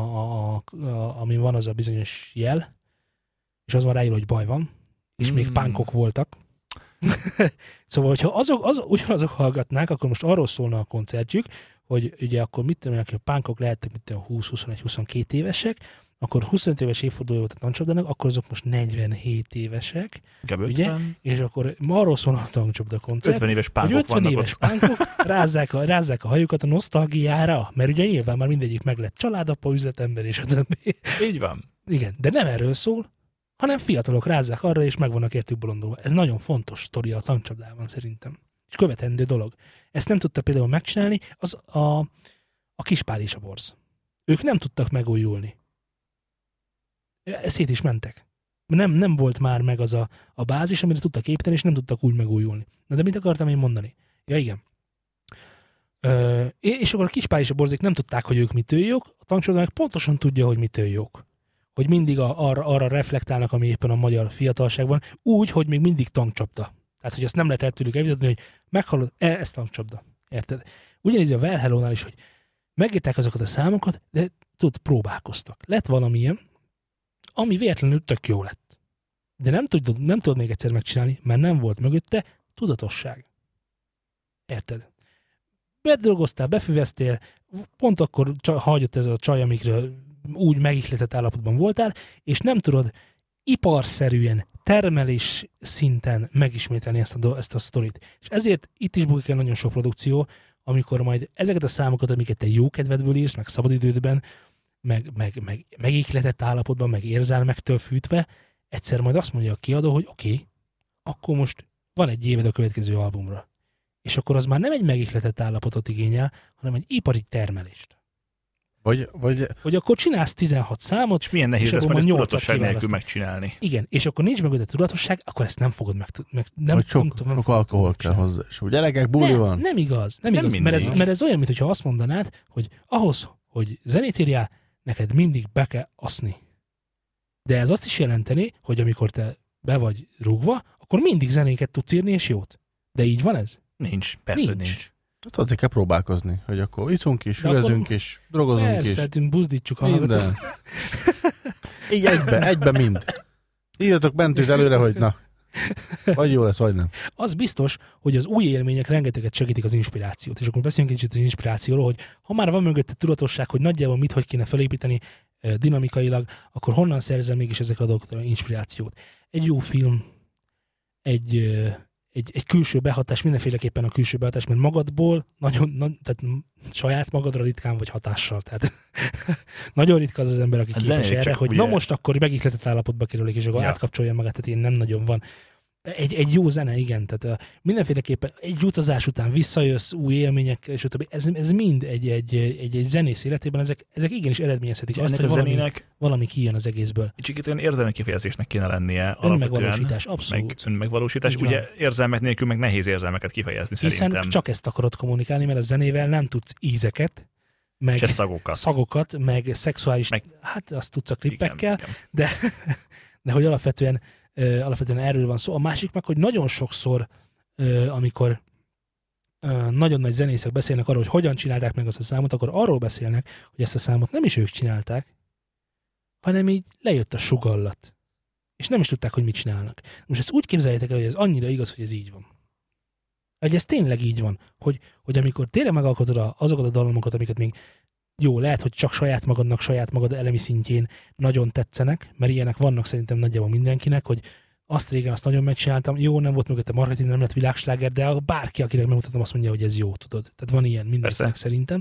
amin van az a bizonyos jel, és az van ráírva, hogy baj van, és még punkok voltak. Szóval, hogyha ugyanazok hallgatnák, akkor most arról szólna a koncertjük, hogy ugye akkor mit tudom én, a punkok lehettek 20-21-22 évesek, akkor 25 éves évfordulója volt a tankcsapdának, akkor azok most 47 évesek. Ugye? És akkor arról szól a tankcsapda koncert. 50 éves pánkok 50 éves pánkok rázzák a hajukat a nosztalgiára, mert ugye nyilván már mindegyik meg lett családapa, üzletember és a többi. Így van. Igen, de nem erről szól, hanem fiatalok rázzák arra, és meg vannak értük bolondulva. Ez nagyon fontos sztori a tankcsapdában szerintem. És követendő dolog. Ezt nem tudta például megcsinálni az a Kispál és a Borz. Ők nem tudtak megújulni. Szét is mentek. Nem volt már meg az a bázis, amire tudtak építeni, és nem tudtak úgy megújulni. Na de mit akartam én mondani? Ja, igen. És akkor a Kispál és a Borzék nem tudták, hogy ők mitől jók, a tankcsapda meg pontosan tudja, hogy mitől jók. Hogy mindig arra reflektálnak, ami éppen a magyar fiatalságban, úgy, hogy még mindig tankcsapda. Tehát, hogy azt nem lehet el tőlük evitatni, hogy meghallod, ez tankcsapda. Érted? Ugyanígy a Well Hello-nál is, hogy megírták azokat a számokat, de próbálkoztak. Lett valamilyen, ami véletlenül tök jó lett. De nem tudod még egyszer megcsinálni, mert nem volt mögötte tudatosság. Érted? Bedrogoztál, befüveztél, pont akkor hagyott ez a csaj, amikről úgy megihletett állapotban voltál, és nem tudod iparszerűen, termelés szinten megismételni ezt a sztorit. És ezért itt is bukik el nagyon sok produkció, amikor majd ezeket a számokat, amiket te jó kedvedből írsz, meg szabadidődben, meg megihletett állapotban, meg érzelmektől fűtve, egyszer majd azt mondja a kiadó, hogy oké, akkor most van egy éved a következő albumra. És akkor az már nem egy megihletett állapotot igényel, hanem egy ipari termelést. Hogy akkor csinálsz 16 számot, és milyen nehéz lesz majd ezt tudatosság nélkül megcsinálni. Igen, és akkor nincs mögött a tudatosság, akkor ezt nem fogod nem sok alkohol kell hozzá. És úgy gyerekek, buli van. Nem igaz. Mert ez olyan, mintha azt mondanád, hogy ahhoz, hogy zenét írjál, neked mindig be kell aszni. De ez azt is jelenteni, hogy amikor te be vagy rúgva, akkor mindig zenéket tudsz írni, és jót. De így van ez? Nincs, persze nincs. Hát azért kell próbálkozni, hogy akkor iszunk is, üvezünk is, drogozunk is. Persze, hát buzdítsuk a hallgatót. Így egybe mind. Írjatok bentőt előre, hogy na, vagy jó lesz, vagy nem. Az biztos, hogy az új élmények rengeteget segítik az inspirációt. És akkor beszéljünk kicsit az inspirációról, hogy ha már van mögötte tudatosság, hogy nagyjából mit, hogy kéne felépíteni dinamikailag, akkor honnan szerzel mégis ezekre a dolgokra inspirációt. Egy jó film, egy külső behatás, mindenféleképpen a külső behatás, mert magadból, tehát saját magadra ritkán vagy hatással. Tehát nagyon ritka az ember, aki képes erre, hogy na most akkor megihletett állapotba kerülik, és akkor átkapcsolja magát, tehát én nem nagyon van. Egy jó zene, igen, tehát mindenféleképpen egy utazás után visszajössz, új élmények, és többi. Ez mind egy zenész életében, ezek igenis eredményezhetik azt, hogy valami kijön az egészből. Kicsit olyan érzelmi kifejezésnek kéne lennie. Önmegvalósítás, abszolút. Önmegvalósítás, ugye érzelmek nélkül meg nehéz érzelmeket kifejezni szerintem. Hiszen csak ezt akarod kommunikálni, mert a zenével nem tudsz ízeket, meg szagokat, meg szexuális, hát azt tudsz a klippekkel, igen. De hogy alapvetően erről van szó. A másik meg, hogy nagyon sokszor, amikor nagyon nagy zenészek beszélnek arról, hogy hogyan csinálták meg azt a számot, akkor arról beszélnek, hogy ezt a számot nem is ők csinálták, hanem így lejött a sugallat. És nem is tudták, hogy mit csinálnak. Most ezt úgy képzeljétek el, hogy ez annyira igaz, hogy ez így van. Hogy ez tényleg így van, hogy amikor tényleg megalkotod azokat a dalomokat, amiket még jó, lehet, hogy csak saját magad elemi szintjén nagyon tetszenek, mert ilyenek vannak szerintem nagyjából mindenkinek, hogy azt régen azt nagyon megcsináltam, jó, nem volt mögötte marketing, nem lett világsláger, de bárki, akinek megmutatom, azt mondja, hogy ez jó, tudod. Tehát van ilyen mindenkinek szerintem.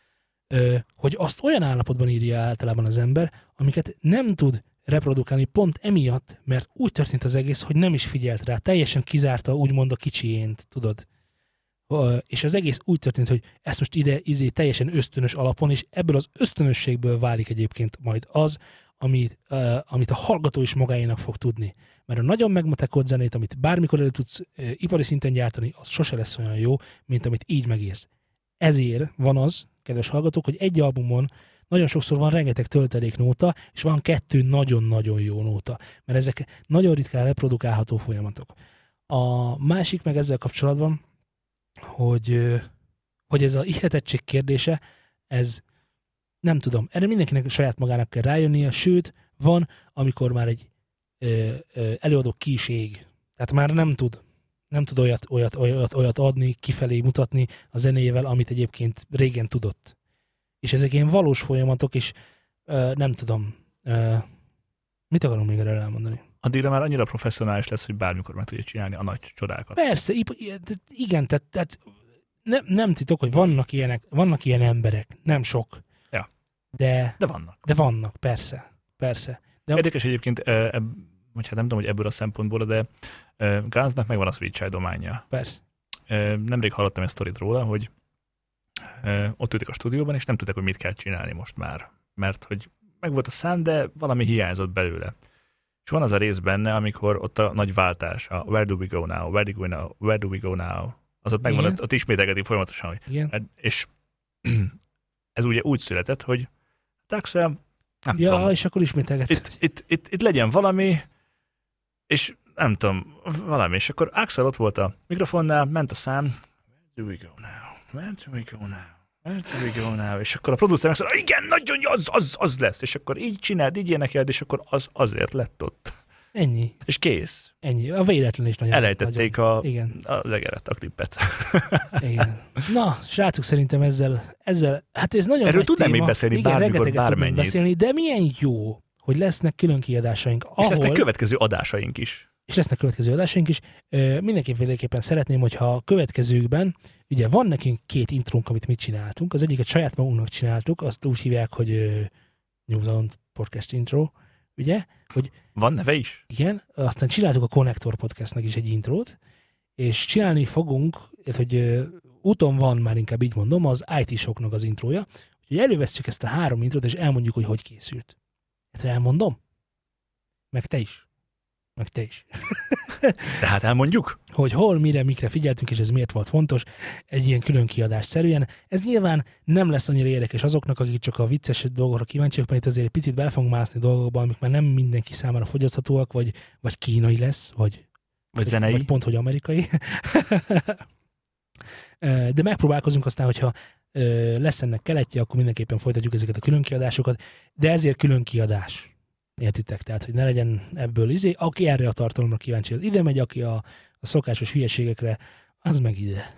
Hogy azt olyan állapotban írja általában az ember, amiket nem tud reprodukálni pont emiatt, mert úgy történt az egész, hogy nem is figyelt rá, teljesen kizárta úgymond a kicsiént, tudod. És az egész úgy történt, hogy ezt most ide teljesen ösztönös alapon, és ebből az ösztönösségből válik egyébként majd az, amit a hallgató is magáénak fog tudni. Mert a nagyon megmatekolt zenét, amit bármikor elő tudsz ipari szinten gyártani, az sose lesz olyan jó, mint amit így megírsz. Ezért van az, kedves hallgatók, hogy egy albumon nagyon sokszor van rengeteg tölteléknóta, és van 2 nagyon-nagyon jó nóta, mert ezek nagyon ritkán reprodukálható folyamatok. A másik meg ezzel kapcsolatban, hogy ez a ihletettség kérdése, ez nem tudom, erre mindenkinek saját magának kell rájönnie, sőt, van, amikor már egy előadó ki is ég. Tehát már nem tud olyat adni, kifelé mutatni a zenéjével, amit egyébként régen tudott. És ezek ilyen valós folyamatok, és nem tudom, mit akarom még erről elmondani? Addigra már annyira professzionális lesz, hogy bármikor meg tudja csinálni a nagy csodákat. Persze, igen, tehát nem titok, hogy vannak ilyen emberek, nem sok. Ja. De vannak. De vannak, persze. De érdekes egyébként, vagy hát nem tudom, hogy ebből a szempontból, de Gunsnak megvan a Sweet Child dománja. Persze. Nemrég hallottam egy sztorit róla, hogy ott ültek a stúdióban, és nem tudták, hogy mit kell csinálni most már. Mert hogy megvolt a szám, de valami hiányzott belőle. És van az a rész benne, amikor ott a nagy váltás, a Where do we go now, where do we go now, az ott megvan, ott ismételgeti folyamatosan. Hogy, igen. És ez ugye úgy született, hogy Axel, nem tudom. És akkor ismételgeti. Itt legyen valami, és nem tudom, valami. És akkor Axel ott volt a mikrofonnál, ment a szám, where do we go now, where do we go now, where do we go now, és akkor a producer megszólal, igen, nagyon, az lesz, és akkor így csináld, így énekeld, és akkor az azért lett ott. Ennyi. És kész. Ennyi. A véletlen is nagyon. Elejtették Igen. az egeret, a klippet. Igen. Na, srácok, szerintem ezzel hát ez nagyon erről nagy tudnám téma. még beszélni igen, bármikor, rengeteget tudnánk bármennyit. beszélni, de milyen jó, hogy lesznek külön kiadásaink, És lesznek következő adásaink is. és lesznek következő adásaink is. Mindenképpen szeretném, hogyha a következőkben, ugye van nekünk 2 intrónk, amit mit csináltunk. Az egyiket saját magunknak csináltuk, azt úgy hívják, hogy New Zealand Podcast Intro, ugye? Hogy Van neve is? igen, aztán csináltuk a Connector Podcastnak is egy intrót, és csinálni fogunk, hogy úton van, már inkább így mondom, az IT-soknak az intrója, hogy elővesszük ezt a 3 intrót, és elmondjuk, hogy készült. Hát elmondom? Meg te is. Tehát elmondjuk? Hogy hol, mire, mikre figyeltünk, és ez miért volt fontos, egy ilyen külön kiadás szerűen. Ez nyilván nem lesz annyira érdekes azoknak, akik csak a vicces dolgokra kíváncsiak, mert itt azért egy picit bele fogunk mászni dolgokba, amik már nem mindenki számára fogyaszthatóak, vagy kínai lesz, vagy zenei. Vagy pont, hogy amerikai. De megpróbálkozunk aztán, hogyha lesz ennek keletje, akkor mindenképpen folytatjuk ezeket a külön kiadásokat, de ezért külön kiadás. Értitek? Tehát, hogy ne legyen ebből aki erre a tartalomra kíváncsi, az ide megy, aki a szokásos hülyeségekre, az meg ide.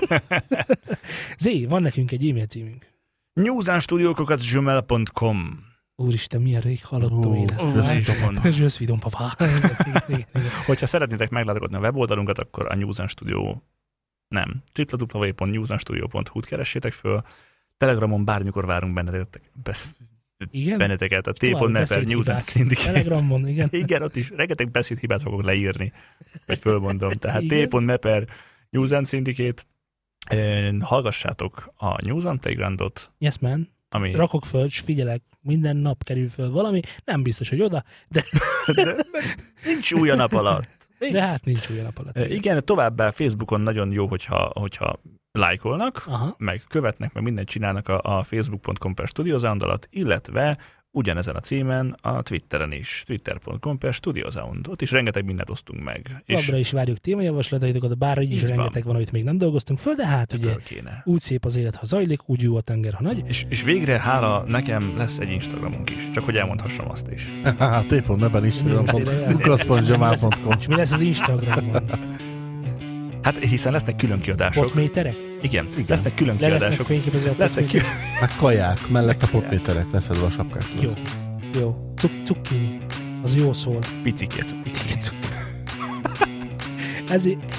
Zé, van nekünk egy e-mail címünk. newsandstudiókokat@gmail.com. Úristen, milyen rég hallottam én ezt. Zsőszvidom, papá. Hogyha szeretnétek meglátogatni a weboldalunkat, akkor a News and Studio www.newsandstudio.hu-t keressétek föl. Telegramon bármikor várunk benneteket. A t.me/per News and Syndicate. Telegramon, igen. Igen, ott is rengeteg beszédhibát fogok leírni, vagy fölmondom. Tehát t.me/per News and Syndicate. Hallgassátok a News and Playgroundot. Yes, man. Ami... Rakok föl, és figyelek, minden nap kerül föl valami, nem biztos, hogy oda, de nincs új a nap alatt. De hát nincs új a nap alatt. Igen, továbbá Facebookon nagyon jó, hogyha lájkolnak, meg követnek, meg mindent csinálnak a facebook.com/studiosound alatt, illetve ugyanezen a címen a Twitteren is, twitter.com/studiosound. Ott is rengeteg mindent osztunk meg. Továbbra is várjuk témajavaslataitokat, bár így is rengeteg van, amit még nem dolgoztunk föl, de hát ugye úgy szép az élet, ha zajlik, úgy jó a tenger, ha nagy. És végre, hála nekem, lesz egy Instagramunk is, csak hogy elmondhassam azt is. t.me-ben is, lukasz.gmail.com. És mi lesz az Instagramon? Hát hiszen lesznek külön kiadások. Potméterek? Igen, lesznek külön kiadások. Lesznek meg kaják, mellett a potméterek leszedve a sapkát. Jó. Cukkini. Az jó szól. Picikét.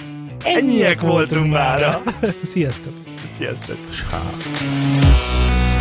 Ennyiek voltunk mára. Sziasztok. Sziasztok. Ciao.